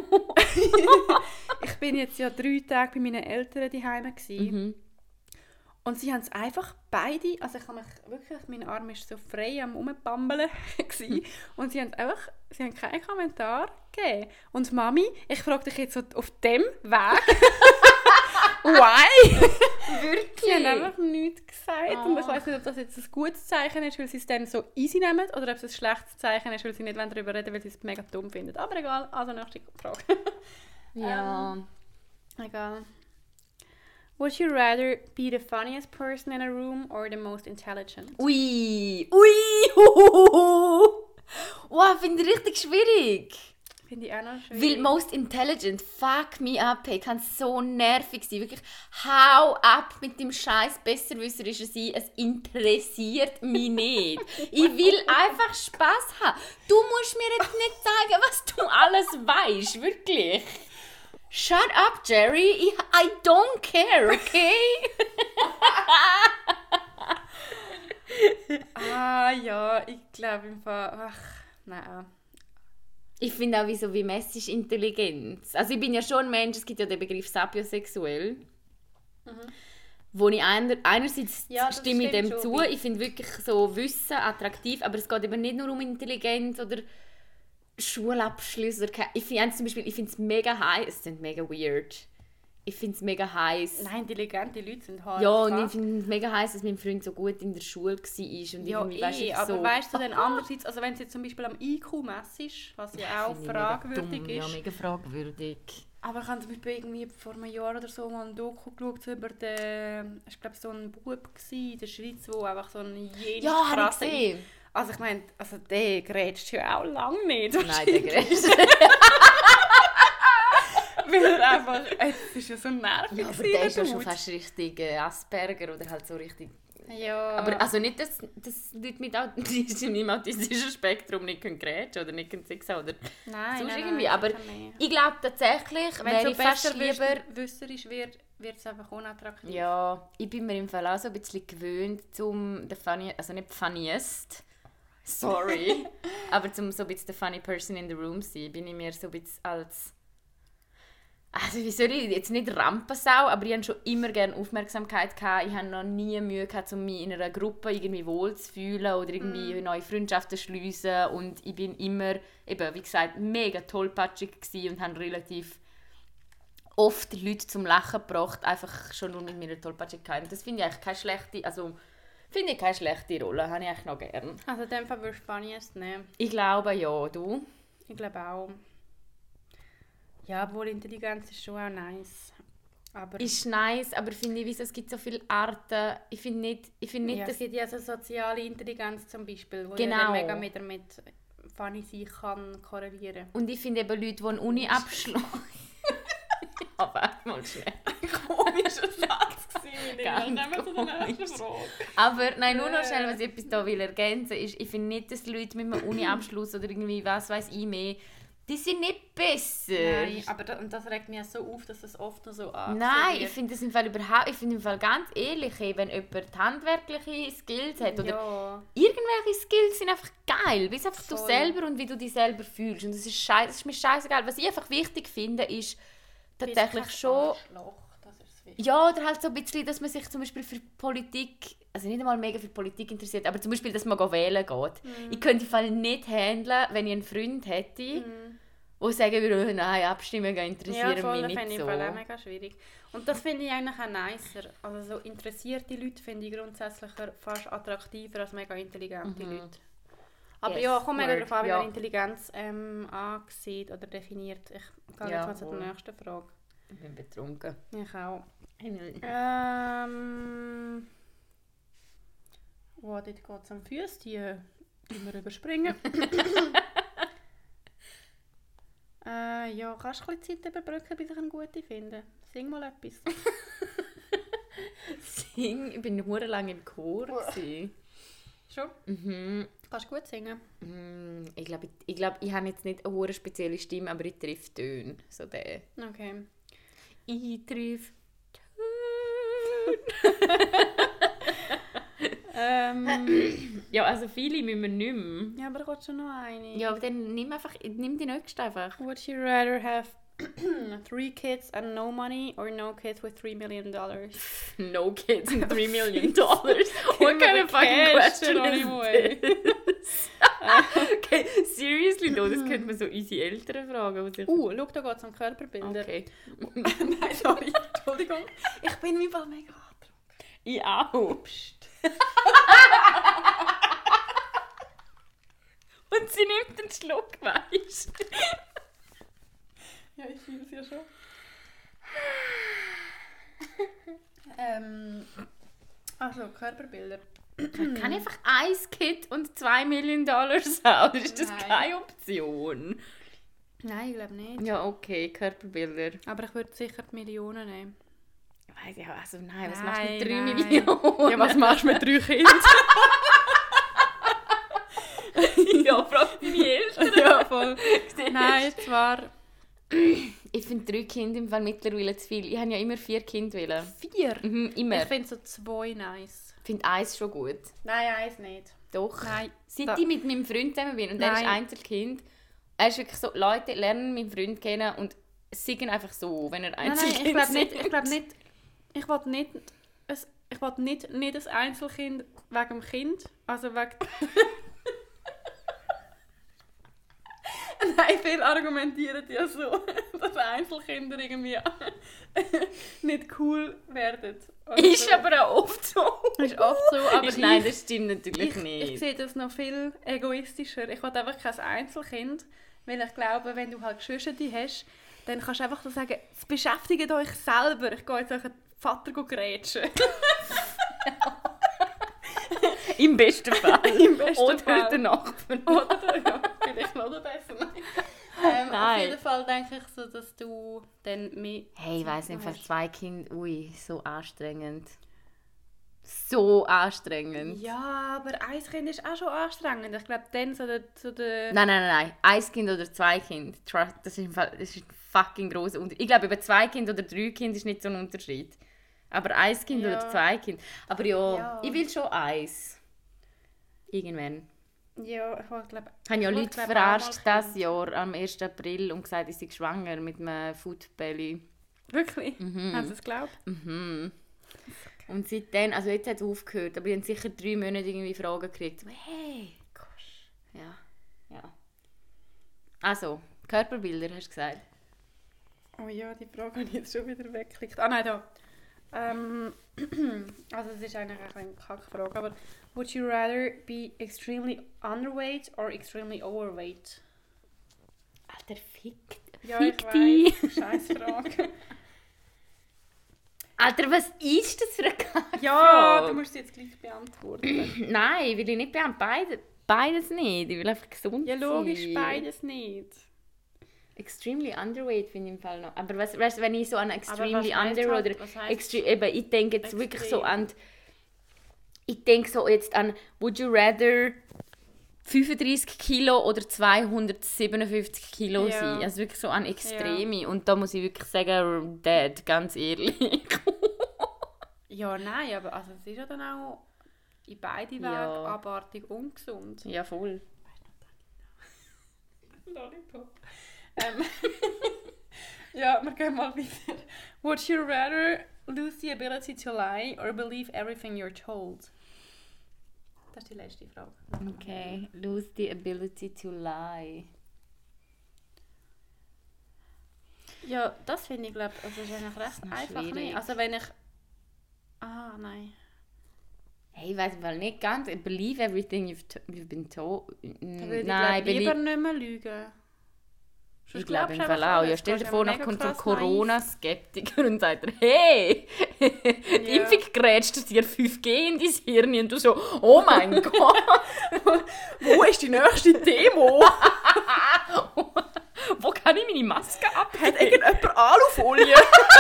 ich bin jetzt ja drei Tage bei meinen Eltern daheim gsi Mhm. und sie haben es einfach beide, also ich habe mich wirklich, mein Arm ist so frei am Rumbambeln gsi und sie haben einfach, sie haben keinen Kommentar gegeben. Und Mami, ich frage dich jetzt so auf dem Weg, Why? Wirklich? Sie haben einfach nichts gesagt. Oh. Und ich weiss nicht, ob das jetzt ein gutes Zeichen ist, weil sie es dann so easy nehmen, oder ob es ein schlechtes Zeichen ist, weil sie nicht darüber reden wollen, weil sie es mega dumm finden. Aber egal, also nächste Frage. Ja. Ähm, egal. Would you rather be the funniest person in a room or the most intelligent? Ui. Ui. Huhuhu. Wow, finde ich richtig schwierig. Finde ich auch noch schwierig. Weil most intelligent, fuck me up, hey, kann so nervig sein. Wirklich, hau ab mit dem scheiß besserwisserischen sein. Es interessiert mich nicht. Ich will einfach Spass haben. Du musst mir jetzt nicht sagen, was du alles weißt, wirklich. Shut up, Jerry. Ich, I don't care, okay? Ah ja, ich glaube im Fall... Ach, nein. Ich finde auch, wie, so, wie Messi ist Intelligenz. Also ich bin ja schon ein Mensch, es gibt ja den Begriff sapiosexuell. Mhm. Wo ich einer, einerseits ja, stimme ich dem zu, schon. ich finde wirklich so Wissen attraktiv, aber es geht eben nicht nur um Intelligenz oder Schulabschlüsse. Oder ich finde zum Beispiel, ich finde es mega heiß, es sind mega weird. Ich finde es mega heiß. Nein, intelligente Leute sind hart. Ja, und ich finde es mega heiß, dass mein Freund so gut in der Schule war. Und ja, irgendwie, weißt, eh, ich aber so, weißt du dann andererseits, also wenn es jetzt zum Beispiel am I Q messest, was ja, ja auch fragwürdig dumm, ist. Ja, mega fragwürdig. Aber ich habe zum Beispiel irgendwie vor einem Jahr oder so mal ein Doku geschaut über den, ich glaube so ein Bub in der Schweiz, der einfach so ein jenes Ja, habe ich krasse... gesehen. Also ich meine, also der grätscht ja auch lange nicht. Nein, der grätscht. Weil er einfach, es ist ja so nervig. Ja, aber der ist ja schon fast richtig äh, Asperger oder halt so richtig... Ja. Aber also nicht, dass, dass Leute mit Autismus im autistischen Spektrum nicht grätschen können oder nicht sexen oder nein, sonst nein, irgendwie. nein, aber ich glaube tatsächlich, wenn wäre so ich fast lieber... wüsserisch wird, wird es einfach unattraktiv. Ja, ich bin mir im Fall auch so ein bisschen gewöhnt zum... The funny, also nicht funniest... Sorry. aber zum so ein bisschen the funny person in the room sein, bin ich mir so ein bisschen als... Also wie soll ich, jetzt nicht Rampensau, aber ich hatte schon immer gerne Aufmerksamkeit gehabt. Ich hatte noch nie Mühe gehabt, um mich in einer Gruppe irgendwie wohlzufühlen oder irgendwie mm. neue Freundschaften zu schliessen. Und ich bin immer, eben, wie gesagt, mega tollpatschig gewesen und habe relativ oft Leute zum Lachen gebracht, einfach schon nur mit meiner Tollpatschigkeit. Und das finde ich eigentlich keine schlechte, also finde ich keine schlechte Rolle, habe ich eigentlich noch gerne. Also in dem Fall würdest du Funniest nehmen? Ich glaube ja, du? Ich glaube auch. Ja, obwohl Intelligenz ist schon auch nice. Aber ist nice, aber finde ich, wieso, es gibt so viele Arten. Ich finde nicht, ich finde nicht, ja, dass... es gibt ja so soziale Intelligenz zum Beispiel, wo genau. ja mega mit, mit funny sein kann korrelieren. Und ich finde eben Leute, die einen Uni-Abschluss... ja, warte mal schnell. Ein komischer Satz gewesen. Ganz komisch. Aber nein, nur noch schnell, was ich etwas hier will ergänzen will, ist, ich finde nicht, dass Leute mit einem Uni-Abschluss oder irgendwie was weiß ich mehr, die sind nicht besser. Nein, aber das, und das regt mich so auf, dass das oft noch so angesehen Nein, wird. ich finde das im Fall überhaupt, ich finde im Fall ganz ehrlich, wenn jemand handwerkliche Skills hat oder ja. irgendwelche Skills sind einfach geil, bist einfach Voll. du selber und wie du dich selber fühlst und das ist, scheiß, das ist mir scheißegal. Was ich einfach wichtig finde, ist tatsächlich schon... Das ist wichtig. Ja, oder halt so ein bisschen, dass man sich zum Beispiel für Politik, also nicht einmal mega für Politik interessiert, aber zum Beispiel, dass man wählen geht. Mm. Ich könnte im Fall nicht handeln, wenn ich einen Freund hätte, mm. der sagen würde, nein, Abstimmungen interessieren ja, voll, mich nicht ich so. Ja, voll, das finde ich auch mega schwierig. Und das finde ich eigentlich auch nicer. Also so interessierte Leute finde ich grundsätzlich fast attraktiver als mega intelligente Mhm. Leute. Aber Yes, ja, kommt mega darauf an, wie ja. man Intelligenz ähm, ansieht oder definiert. Ich gehe Ja, jetzt mal zu voll. der nächsten Frage. Ich bin betrunken. Ich auch. Ähm... Oh, dort geht es am Füßen. Die die wir überspringen. äh, ja, kannst du ein bisschen Zeit überbrücken, bis ich eine gute finde? Sing mal etwas. Sing, ich war nur lange im Chor. gewesen. Schon? Mhm. Kannst du gut singen? Mm, Ich glaube, ich, ich, glaub, ich habe jetzt nicht eine hure spezielle Stimme, aber ich treffe Töne. So der. Okay. Ich treffe ähm, Ja, also viele müssen wir nicht mehr. ja, aber ich will schon noch eine. Ja, aber dann nimm einfach, nimm die nächste einfach. Would you rather have three kids and no money or no kids with three million dollars? No kids and three million dollars. What kind of fucking question is this? Okay, seriously, no, das könnte man so unsere Eltern fragen. Die Uh, schau, da geht es um Körperbilder. Okay. Nein, sorry, Entschuldigung. Ich bin im Fall mega angetrunken. Ich auch. Psst. Und sie nimmt einen Schluck, weißt du? Ja, ich fühle es ja schon. ähm, also, Körperbilder. Kann ich einfach ein Kit und zwei Millionen Dollar haben? Oder ist das Nein. keine Option? Nein, ich glaube nicht. Ja, okay, Körperbilder. Aber ich würde sicher die Millionen nehmen. Weiss ich, also nein, was Nein, machst du mit drei nein. Millionen? Ja, was machst du mit drei Kindern? Ja, frag deine Eltern. Ja, voll. Nein, zwar... Ich finde drei Kinder im Fall mittlerweile zu viel. Ich habe ja immer vier Kinder wollen. Vier? Mhm, immer. Ich finde so zwei nice. Ich finde eins schon gut. Nein, eins nicht. Doch. Nein. Seit Da- ich mit meinem Freund zusammen bin und er ist Nein. Einzelkind, er ist wirklich so, Leute lernen meinen Freund kennen und sagen einfach so, wenn er Nein, nein, Einzelkind ich glaube nicht, sind. ich glaube nicht, ich will nicht, ein, ich will nicht, nicht ein Einzelkind wegen dem Kind, also wegen... Nein, viele argumentieren ja so, dass Einzelkinder irgendwie nicht cool werden. Oder Ist so. aber auch oft so. Ist oft so, aber ist, nein, ich, das stimmt natürlich ich, nicht. ich sehe das noch viel egoistischer. Ich will einfach kein Einzelkind, weil ich glaube, wenn du halt Geschwister hast, dann kannst du einfach so sagen, beschäftigt euch selber. Ich gehe jetzt euch einen Vater grätschen. Im besten Fall. Im besten Oder Fall. der Nachbar. Oder ja, vielleicht noch besser. Ähm, Nein. auf jeden Fall denke ich so, dass du dann mehr... Hey, ich weiss nicht, hast. fast zwei Kinder, ui, so anstrengend. So anstrengend. Ja, aber ein Kind ist auch schon anstrengend. Ich glaube, dann so der... So der Nein, nein, nein, nein. Ein Kind oder zwei Kinder. Trust, das ist, im Fall, das ist ein fucking grosser Unterschied. Ich glaube, über zwei Kinder oder drei Kinder ist nicht so ein Unterschied. Aber ein Kind Ja. oder zwei Kinder. Aber ja, Ja. ich will schon eins. Irgendwann. Ja, ich wollte glaube... Ich habe ja Ich Leute glaube, verarscht einmal dieses Jahr am ersten April und gesagt, ich sei schwanger mit einem Foodbelly. Wirklich? Mhm. Hast du es geglaubt? Mhm. Und seitdem, also jetzt hat es aufgehört, aber ich habe sicher drei Monate irgendwie Fragen gekriegt. So, hey, gosh. Ja, ja. Also, Körperbilder hast du gesagt. Oh ja, die Frage habe ich jetzt schon wieder weggeklickt. Ah nein, da. Ähm, also es ist eigentlich eine Kackfrage, aber would you rather be extremely underweight or extremely overweight? Alter, fick, Ja, fick ich dich. weiss, scheiß Frage. Alter, was ist das für eine Kackfrage? Ja, du musst sie jetzt gleich beantworten. Nein, will ich nicht beantworten. Beide, beides nicht. Ich will einfach gesund Ja, logisch, sein. beides nicht. Extremely underweight finde ich im Fall noch. Aber was, weißt, wenn ich so an extremely was heisst under halt- oder was heisst extre eben, ich denke jetzt wirklich so extrem? an, ich denke so jetzt an, would you rather fünfunddreißig Kilo oder zweihundertsiebenundfünfzig Kilo Ja. sein? Also wirklich so an Extreme. Und da muss ich wirklich sagen, Dad, ganz ehrlich. Ja, nein, aber also es ist ja dann auch in beide Wege Ja. abartig ungesund. Ja, voll. Lollipop. Ähm, ja, wir gehen mal weiter. Would you rather lose the ability to lie or believe everything you're told? Das ist die letzte Frage. Okay, lose the ability to lie. Ja, das finde ich, glaube ich, also ist eigentlich recht noch einfach. schwierig. Nicht? Also wenn ich... Ah, nein. Hey, ich weiß mal nicht ganz. Believe everything you've, to- you've been told. Dann würde ich Nein, glaub, lieber believe. nicht mehr lügen. Ich Sonst glaube im glaubst du Fall einfach auch. alles. Ja, stell dir Du vor, bist dann ja kommt so ein mega krass naiv. Corona-Skeptiker und sagt dir, hey, die Ja. Impfung grätscht dir fünf G in dein Hirn und du so, oh mein Gott, Wo ist die nächste Demo? wo kann ich meine Maske ab? Hat irgendjemand Alufolie?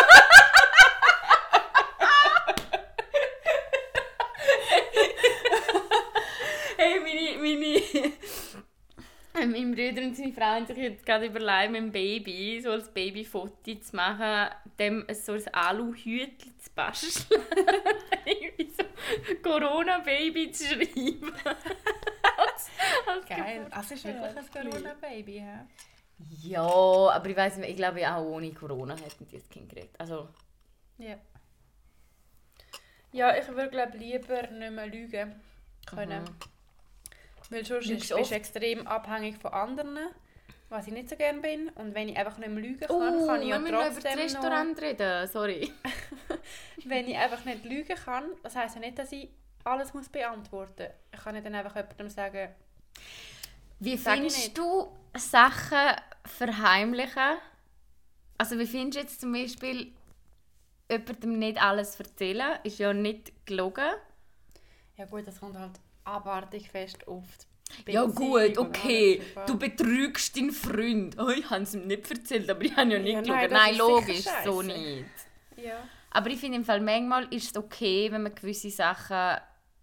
Hey, meine, meine, mein Bruder und seine Frau haben sich jetzt gerade überlegt, mit dem Baby, so als Babyfoto zu machen, dem so ein Aluhütchen zu basteln. Irgendwie so Corona-Baby zu schreiben. als, als Geil. Also ist wirklich ein Geburtstagsgeschenk. Corona-Baby, ja? Ja, aber ich weiss nicht, ich glaube auch ohne Corona hätten die das Kind gekriegt. Also, Ja. Ja, ich würde glaube lieber nicht mehr lügen können. Mhm. Weil sonst bist du extrem abhängig von anderen, was ich nicht so gerne bin. Und wenn ich einfach nicht mehr lügen kann, oh, kann ich ja wir trotzdem über das Restaurant noch... reden, sorry. Wenn ich einfach nicht lügen kann, das heisst ja nicht, dass ich alles muss beantworten muss. Ich kann nicht dann einfach jemandem sagen... Wie findest du Sachen verheimlichen? Also wie findest du jetzt zum Beispiel jemandem nicht alles erzählen? Ist ja nicht gelogen. Ja gut, das kommt halt abartig fest auf die ja gut, okay, du betrügst deinen Freund. Oh, ich habe es ihm nicht erzählt, aber ich habe ja nicht ja, gelogen. Nein, nein logisch, so nicht. Ja. Aber ich finde im Fall, manchmal ist es okay, wenn man gewisse Sachen...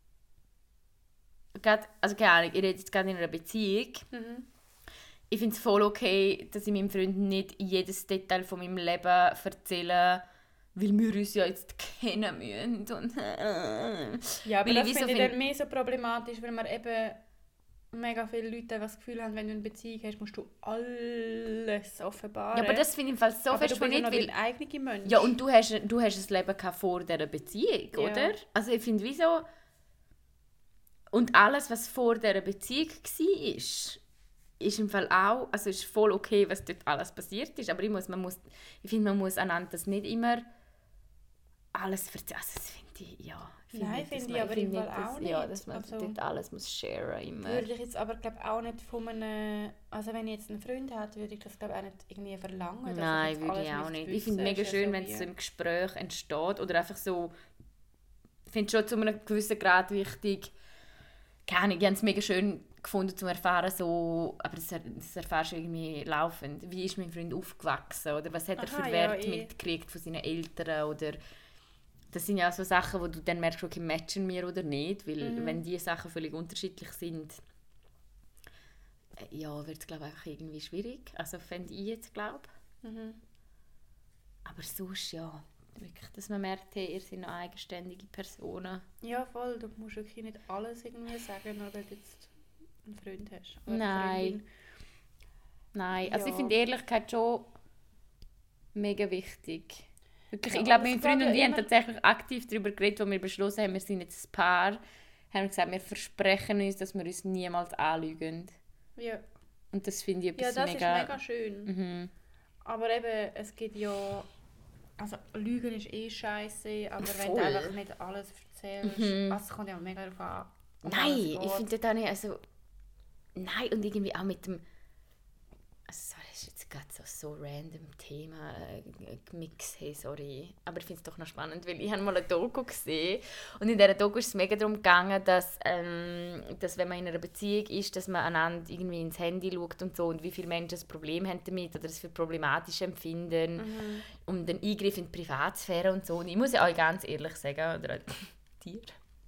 Also keine Ahnung, ich rede jetzt gerade in einer Beziehung. Mhm. Ich finde es voll okay, dass ich meinem Freund nicht jedes Detail von meinem Leben erzähle, weil wir uns ja jetzt kennen müssen. Und ja, aber weil das ich finde so ich dann mehr so problematisch, weil man eben mega viele Leute das Gefühl haben, wenn du eine Beziehung hast, musst du alles offenbaren. Ja, aber das finde ich im Fall so aber fest du bist nicht, weil... dein eigener Mensch. Ja, und du hast, du hast ein Leben vor dieser Beziehung, ja. Oder? Also ich finde, wieso... Und alles, was vor dieser Beziehung war, ist, ist im Fall auch, also ist voll okay, was dort alles passiert ist. Aber ich, muss, man muss, ich finde, man muss einander das nicht immer alles erzählen. Also das finde ich, ja. Find Nein, finde ich aber im Fall auch das, nicht. Ja, dass man also, dort alles muss sharen immer. Würde ich jetzt aber glaub, auch nicht von einem, also wenn ich jetzt einen Freund hätte, würde ich das glaub, auch nicht irgendwie verlangen. Nein, würde ich auch nicht. Ich finde es mega schön, so wenn es so im Gespräch entsteht oder einfach so, ich finde es schon zu einem gewissen Grad wichtig. Keine Ahnung, ich habe es mega schön gefunden zu erfahren, so, aber das, das erfährst du irgendwie laufend. Wie ist mein Freund aufgewachsen? Oder was hat er Aha, für Werte ja, mitgekriegt von seinen Eltern? Oder das sind ja so Sachen, wo du dann merkst, okay, matchen wir oder nicht. Weil mhm. wenn diese Sachen völlig unterschiedlich sind, ja, wird es glaube ich einfach irgendwie schwierig. Also fände ich jetzt, glaube mhm. Aber sonst, ja. Wirklich, dass man merkt, hey, ihr seid noch eigenständige Personen. Ja, voll. Du musst wirklich nicht alles irgendwie sagen, nur weil du jetzt einen Freund hast. Nein. Nein, also ja. Ich finde Ehrlichkeit schon mega wichtig. Wirklich, ja, ich glaube, meine Freunde und ich haben tatsächlich aktiv darüber geredet, als wir beschlossen haben, wir sind jetzt ein Paar. Haben gesagt, wir versprechen uns, dass wir uns niemals anlügen. Ja. Und das finde ich etwas ja, das mega... ist mega schön. Mhm. Aber eben, es gibt ja... Also Lügen ist eh scheiße, aber Voll. wenn du einfach nicht alles erzählst, mhm. also es kommt ja mega darauf an. Nein, ich finde das nicht, also nein, und irgendwie auch mit dem, also sorry, das ist jetzt gerade so so random Thema, äh, Mix, hey, sorry, aber ich finde es doch noch spannend, weil ich habe mal eine Doku gesehen und in dieser Doku ist es mega darum gegangen, dass, ähm, dass wenn man in einer Beziehung ist, dass man einander irgendwie ins Handy schaut und so und wie viele Menschen ein Problem haben damit oder es für problematisch empfinden mhm. und den Eingriff in die Privatsphäre und so. Und ich muss ja euch ganz ehrlich sagen, oder dir,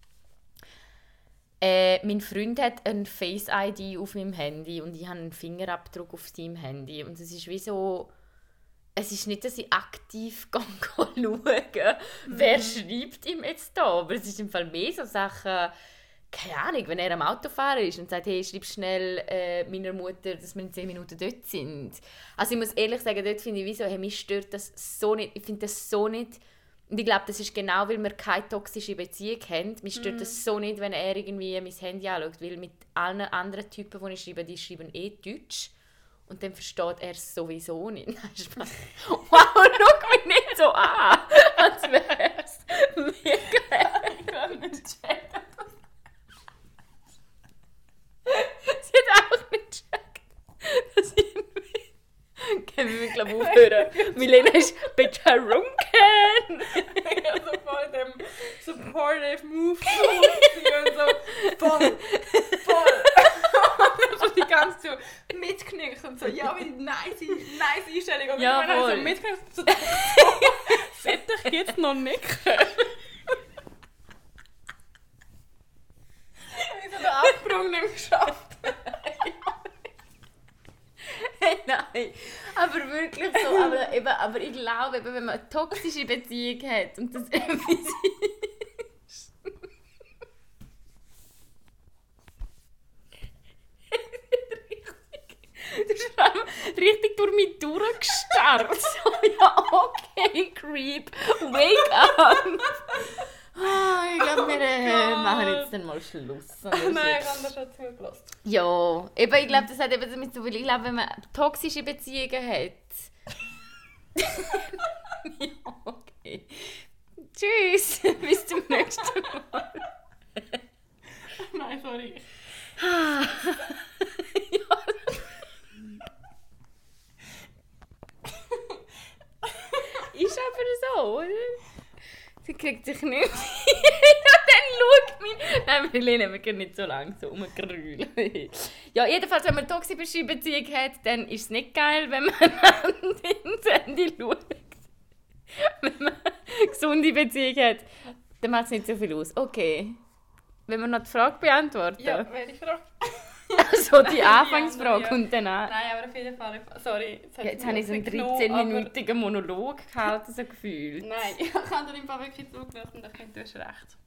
Äh, mein Freund hat ein Face-I D auf meinem Handy und ich habe einen Fingerabdruck auf seinem Handy. Und es ist wie so... Es ist nicht, dass ich aktiv schaue, mhm. wer schreibt ihm jetzt da. Aber es ist im Fall mehr so Sachen... Keine Ahnung, wenn er am Autofahren ist und sagt, hey, schreib schnell äh, meiner Mutter, dass wir in zehn Minuten dort sind. Also ich muss ehrlich sagen, dort finde ich wie so, hey, mich stört das so nicht. Ich finde das so nicht... Und ich glaube, das ist genau, weil wir keine toxische Beziehung haben. Mich stört mm. das so nicht, wenn er irgendwie mein Handy anschaut. Weil mit allen anderen Typen, die ich schreibe, die schreiben eh Deutsch. Und dann versteht er es sowieso nicht. Wow, schau mich nicht so an! Als wäre es mega... Ich kann nicht checken. Sie hat einfach nicht gecheckt, dass ich irgendwie... Können wir, glaube ich, aufhören? Milena ist betrunken. Also voll dem supportive Move und so voll, voll. Und die ganze Zeit so mitknickt und so, ja, wie nice, nice Einstellung. Und ja, wenn man so mitknickt, so, das hätte ich jetzt noch nicht können. Ich habe so den Absprung nicht geschafft. Nein, aber wirklich so. Aber, eben, aber ich glaube, eben, wenn man eine toxische Beziehung hat und das irgendwie ist. Du hast richtig durch mich durchgestarrt. So, ja, okay, Creep, wake up. Ah, ich glaube, wir äh, Gott. machen jetzt dann mal Schluss. Nein, ich habe das schon zugelassen. Ja, eben, ich glaube, das hat eben damit zu tun, weil ich glaube, wenn man toxische Beziehungen hat... ja, okay. Tschüss, bis zum nächsten Mal. Nein, sorry. ja. Ist aber so, oder? Sie kriegt sich nicht. ja, dann schaut mich. Nein, wir lehnen wir können nicht so lange so rumgrühlen. ja, jedenfalls, wenn man eine toxische Beziehung hat, dann ist es nicht geil, wenn man ins Handy schaut. Wenn man eine gesunde Beziehung hat, dann macht es nicht so viel aus. Okay. Wenn wir noch die Frage beantworten. Ja, welche Frage? Also die Nein, Anfangsfrage ja. und danach. Nein, aber auf jeden Fall. Sorry. Jetzt, Ja, jetzt habe ich so einen dreizehnminütigen Monolog gehalten, so gefühlt. Nein, ich habe dir im Fall wirklich zugelassen und ich finde, du hast recht.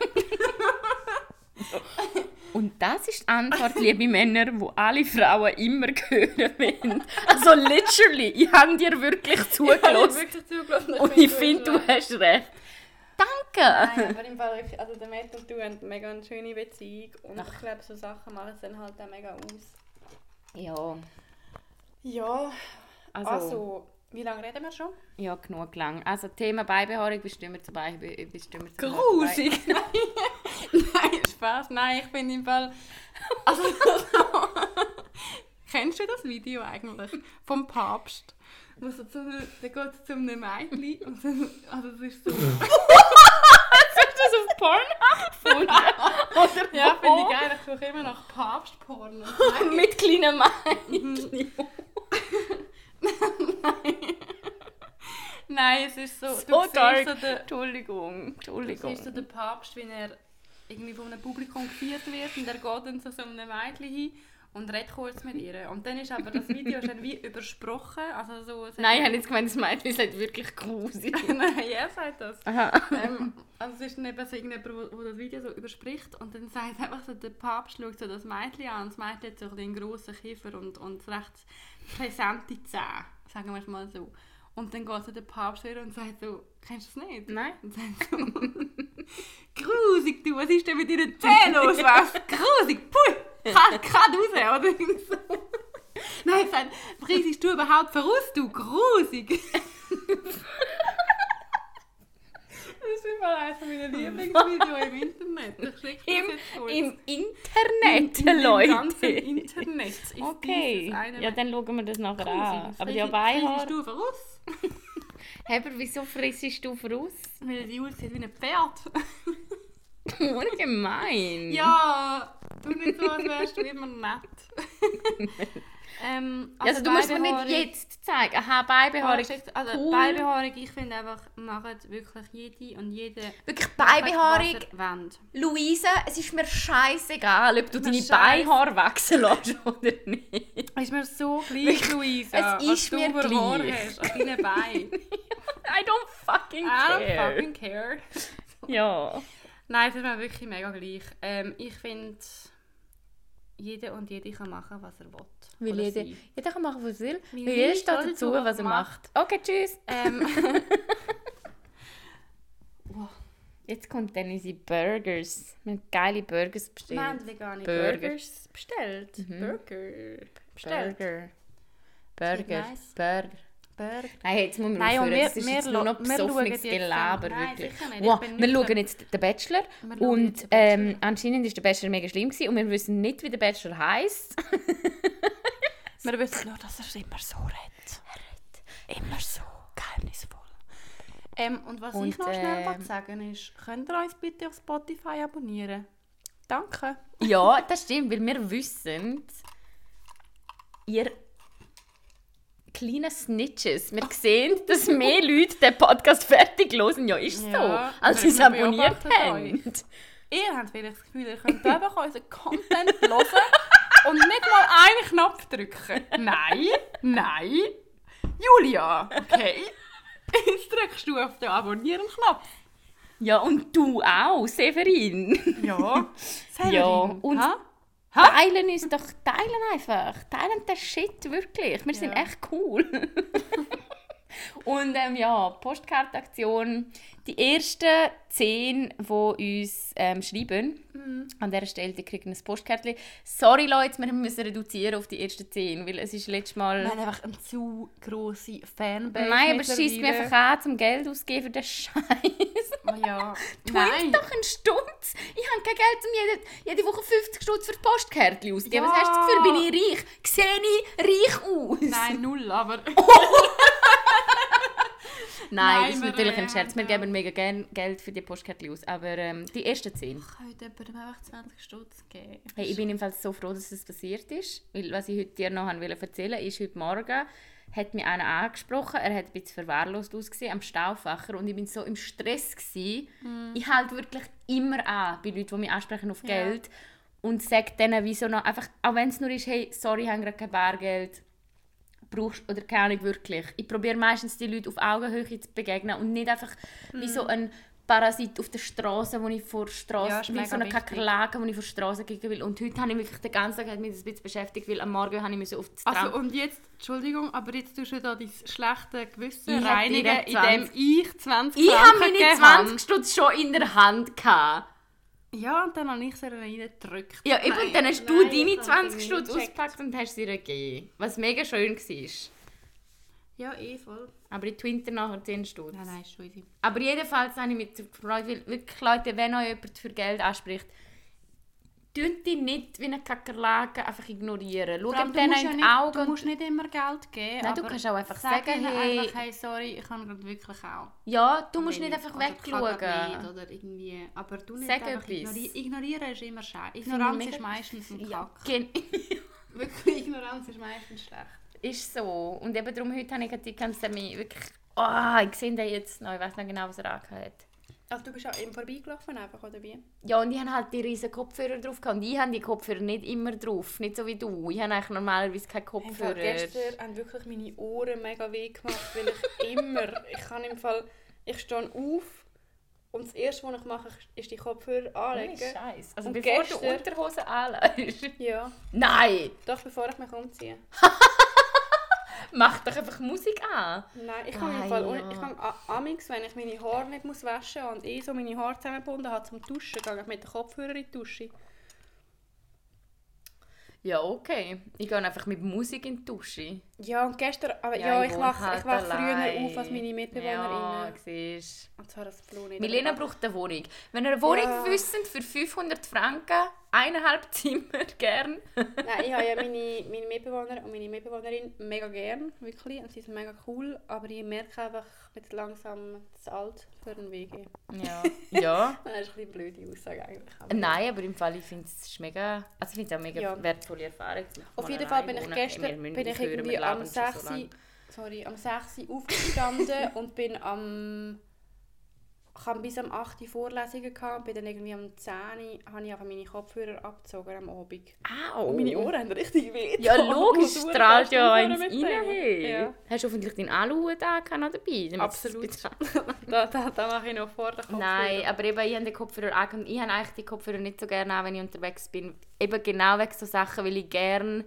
Und das ist die Antwort, liebe Männer, die alle Frauen immer hören wollen. Also literally, ich habe dir wirklich Ich habe zugelassen. wirklich zugelassen Und ich finde, du hast recht. Danke! Nein, aber im Fall wirklich, also der Matt und du haben eine mega schöne Beziehung und Ach. ich glaube, so Sachen machen es dann halt auch mega aus. Ja. Ja, Also, also wie lange reden wir schon? Ja, genug lang. Also Thema Beibehaarung, bestimmen wir zu Bein... Bestimmen wir zu Grusig! Nein, Spaß. Nein, ich bin im Fall... Also, kennst du das Video eigentlich? Vom Papst? Wo so zu einem, der geht zu einem Mädchen und dann, also das ist so... Hast du das auf Pornhub gefunden? Oder Ja, wo? finde ich geil. Ich suche immer nach Papstporn. Mit kleinen Mädchen. Nein. Nein, es ist so... So du siehst dark. So den, Entschuldigung, du Entschuldigung. siehst so den Papst, wie er irgendwie von einem Publikum geführt wird und er geht dann zu so einem Mädchen hin und redet kurz mit ihr. Und dann ist aber das Video ist dann wie übersprochen. Also so, Nein, ich habe jetzt gemeint, das Mädchen sagt wirklich grusig. Nein, er sagt das. Aha. ähm, also es ist dann eben so irgendjemand, der das Video so überspricht und dann sagt einfach so, der Papst schaut so das Mädchen an und das Mädchen hat so einen grossen Kiefer und, und recht präsente Zähne, sagen wir es mal so. Und dann geht so der Papst wieder und sagt so, kennst du das nicht? Nein. Und sagt so, grusig du, was ist denn mit deinen Zähnen los? Was? Grusig, pui, kann, kann raus, oder irgendwie so. Nein, ich sage, preisest du überhaupt voraus, du grusig. Das ist immer eines meiner Lieblingsvideos im Internet. Ich schicke das Im, jetzt kurz. Im Internet, Im, im Leute. ganzen Internet ist Okay, dieses eine ja, dann schauen wir das nachher grusig. an. Aber Preis- ja, Beinhaar... preisest du voraus? Hey, aber wieso frissest du voraus? Weil die aussieht wie ein Pferd. Ungemein. Ja, tu nicht so, als wärst du immer nett. ähm, Also, du musst mir nicht Beibehaarung- jetzt zeigen. Aha, Beibehaarung. Also Cool. Beibehaarung, ich finde einfach, macht wirklich jede und jede... Wirklich was Beibehaarung. er wollen. Luisa, es ist mir scheißegal, ob du Mir deine scheiss- Beinhaare wachsen lässt oder nicht. Es ist mir so gleich, Luisa, es was ist du mir für Haare gleich. hast an deinen Beinen. I don't fucking I care. don't fucking care. Ja. Nein, es ist mir wirklich mega gleich. Ähm, ich finde, jeder und jede kann machen, was er will. Weil Oder jeder, sie. jeder kann machen, was er will. Weil Weil jeder jeder steht steht dazu, dazu, was was er er macht. Okay, tschüss. Ähm, wow. Jetzt kommt dann unsere Burgers. Wir haben geile Burgers bestellt. Wir haben vegane Burger. Burgers bestellt. Mhm. Burger bestellt. Burger. Burger. nice. Burger. Burger. Nein, jetzt muss man Nein, und aufhören. wir- Das ist wir jetzt nur noch lo- wir besoffenes schauen jetzt Gelaber, dann- Nein, wirklich. sicher nicht. Wow, Ich bin wir nüchtern. schauen jetzt den Bachelor Wir schauen und jetzt den Bachelor. ähm, anscheinend ist der Bachelor mega schlimm gewesen und wir wissen nicht, wie der Bachelor heisst. Wir wissen nur, dass er es immer so redet. Er redet immer so geheimnisvoll. Ähm, und was Und, ich noch schnell ähm, ähm, sagen ist, könnt ihr uns bitte auf Spotify abonnieren? Danke. Ja, das stimmt, weil wir wissen, ihr kleinen Snitches, wir sehen, dass mehr Leute den Podcast fertig hören. Ja, ist so, Ja, als sie wir- es wir abonniert beobachten haben. Ihr habt vielleicht das Gefühl, ihr könnt einfach unseren Content hören und nicht mal einen Knopf drücken. Nein, nein. Julia, okay. Jetzt drückst du auf den Abonnieren-Knopf. Ja, und du auch, Severin. Ja. Severin. Ja, und Ha? teilen uns doch, teilen einfach. Teilen den Shit wirklich. Wir sind Ja. echt cool. Und ähm, ja, Postkartenaktion. Die ersten zehn, die uns ähm, schreiben, mhm. an dieser Stelle, die kriegen ein Postkärtchen. Sorry Leute, wir müssen reduzieren auf die ersten zehn, weil es ist letztes Mal... Wir haben einfach eine zu grosse Fanbase. Nein, aber es scheisst mir einfach an, zum Geld auszugeben für den Scheiß. Oh ja. Du hast doch einen Stutz. Ich habe kein Geld, um jede, jede Woche fünfzig Stutz für die Postkärtchen auszugeben. Ja. Was hast du das Gefühl, bin ich reich? Sehe ich reich aus? Nein, null, aber... Nein, das ist natürlich ein Scherz. Wir geben mega gerne Geld für die Postkärtchen aus. Aber ähm, die ersten zehn. Ich könnte jemandem einfach zwanzig Stutz geben. Hey, ich bin im Fall so froh, dass es passiert ist. Weil was ich heute dir noch erzählen wollte, ist, heute Morgen hat mich einer angesprochen. Er hat ein bisschen verwahrlost ausgesehen am Stauffacher. Und ich war so im Stress gewesen. Mm. Ich halte wirklich immer an bei Leuten, die mich ansprechen auf Geld. Ja. Und sage denen, wieso noch, einfach, auch wenn es nur ist, hey, sorry, ich habe gerade kein Bargeld. Brauchst oder keine Ahnung wirklich. Ich probiere meistens die Leute auf Augenhöhe zu begegnen und nicht einfach mm. wie so ein Parasit auf der Straße, wo ich vor Straße ja, wie so eine Kakerlake, wo ich vor Straße gehen will. Und heute habe ich wirklich den ganzen Tag mich das ein bisschen beschäftigt, weil am Morgen habe ich auf das Tram... Also und jetzt, Entschuldigung, aber jetzt tust du da dein schlechte Gewissen reinigen, indem ich zwanzig Ich habe meine zwanzig Stutz schon in der Hand gehabt. Ja, und dann habe ich sie reingedrückt. Ja, eben, und dann hast du nein, deine zwanzig Stutz ausgepackt und hast sie ihr gegeben. Was mega schön war. Ja, eh voll. Aber ich twinte nachher zehn Stutz. Nein, nein, ist schon easy. Aber jedenfalls habe ich mich gefreut, weil wirklich Leute, wenn euch jemand für Geld anspricht, tun die nicht wie eine Kakerlake einfach ignorieren. Schau ihm denen in die Augen. Du musst nicht immer Geld geben. Nein, du kannst auch einfach sagen, hey... Einfach, hey, sorry, ich kann gerade wirklich auch. Ja, du musst nicht einfach wegschauen. Nicht, oder irgendwie. Aber du nicht sag einfach etwas. Ignori- ignorieren ist immer scheiße. Ignoranz ist meistens ein ja, Kack. Gen- wirklich, Ignoranz ist meistens schlecht. Ist so. Und eben darum, heute habe ich die ganze mich wirklich... Oh, ich sehe den jetzt noch. Ich weiß nicht genau, was er angehört. Also du bist auch eben vorbeigelaufen einfach, oder wie? Ja, und ich hatte halt die riesen Kopfhörer drauf. Und ich habe die Kopfhörer nicht immer drauf. Nicht so wie du. Ich habe eigentlich normalerweise keine Kopfhörer. Hey, gestern haben wirklich meine Ohren mega weh gemacht, weil ich immer... Ich kann im Fall... Ich stehe auf und das Erste, was ich mache, ist die Kopfhörer anlegen. Oh, Scheiße. Also und bevor gestern, du Unterhose anlegst? Ja. Nein! Doch, bevor ich mich umziehe. Mach doch einfach Musik an. Nein, ich kann ah, im Fall... Ja. Ich kann amix, wenn ich meine Haare nicht muss waschen muss und eh so meine Haare zusammengebunden habe zum Duschen, gehe ich mit den Kopfhörern in die Dusche. Ja, okay. Ich gehe einfach mit Musik in die Dusche. Ja, und gestern... Aber ja, ja ich wache halt wach früher auf als meine Mitbewohnerinnen. Ja, siehst du. Und zwar das Blau nicht. Milena braucht eine Wohnung. Wenn ihr eine Wohnung ja. wüsst, für fünfhundert Franken, eineinhalb Zimmer, gern. Nein, ich habe ja meine, meine Mitbewohner und meine Mitbewohnerin mega gern, wirklich. Und sie sind mega cool. Aber ich merke einfach, ich bin langsam zu alt für einen W G. Ja. ja. Das ist eine blöde Aussage eigentlich. Aber Nein, aber im Fall, ich finde es mega... Also ich finde es auch mega ja. wertvolle Erfahrung. Auf jeden Fall bin ich gestern hey, bin ich irgendwie am sechs Uhr sorry, am sechs Uhr aufgestanden und bin am... Ich hatte bis am acht Uhr Vorlesungen gehabt und bin dann irgendwie am zehn Uhr habe ich einfach meine Kopfhörer abgezogen am Abend. Au! Und meine Ohren haben richtig weh. Ja, logisch, strahlt ja eins rein. Ja. Hast du hoffentlich deinen Aluhut dabei? Absolut. da, da, da mache ich noch vor den Kopfhörer. Nein, aber eben, ich habe die Kopfhörer an und ich habe eigentlich die Kopfhörer nicht so gerne an, wenn ich unterwegs bin. Eben genau wegen so Sachen, weil ich gerne...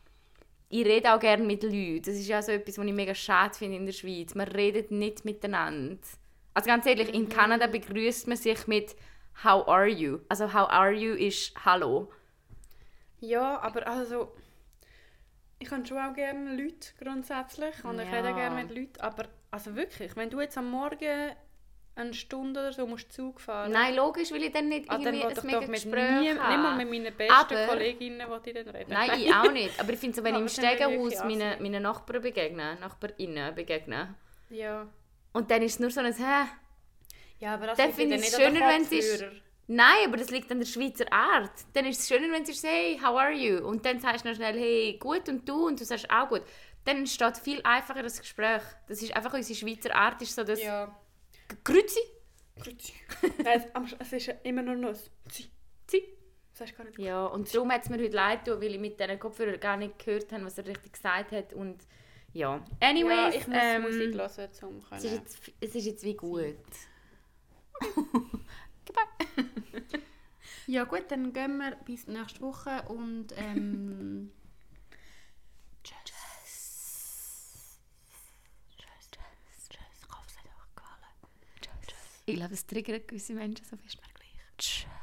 Ich rede auch gerne mit Leuten. Das ist ja so etwas, was ich mega schade finde in der Schweiz. Man redet nicht miteinander. Also ganz ehrlich, in Kanada begrüßt man sich mit «How are you?» Also «How are you» ist «Hallo». Ja, aber also... Ich habe schon auch gerne Leute grundsätzlich und ja. ich rede gerne mit Leuten, aber also wirklich, wenn du jetzt am Morgen eine Stunde oder so musst Zug fahren... Nein, logisch, weil ich dann nicht ah, irgendwie dann ein mega mit Gespräch nie, habe. Nicht mal mit meinen besten aber, Kolleginnen, die ich dann reden. Nein, ich auch nicht. Aber ich finde so, wenn ich im Stegenhaus meinen meine Nachbarn begegne, Nachbarinnen begegne, ja. und dann ist es nur so ein «Hä?» Ja, aber das dann finde ich es schöner, wenn es ist... Nein, aber das liegt an der Schweizer Art. Dann ist es schöner, wenn sie sagt «Hey, how are you?» Und dann sagst du noch schnell «Hey, gut und du?» Und du sagst auch «Gut». Dann entsteht viel einfacher das Gespräch. Das ist einfach unsere Schweizer Art, ist so das... Ja. «Grüezi!» Grüezi. Nein, es ist immer nur noch «Zi». «Zi». Das hast du gar nicht ja, und darum hat es mir heute leid getan, weil ich mit diesen Kopfhörern gar nicht gehört habe, was er richtig gesagt hat. Und ja, anyways... Ja, ich muss ähm, Musik hören, um es ist jetzt, es ist jetzt wie gut. Ja gut, dann gehen wir bis nächste Woche und ähm... Tschüss. Tschüss. Ich glaube, es triggert gewisse Menschen, so fest mir gleich. Tschüss.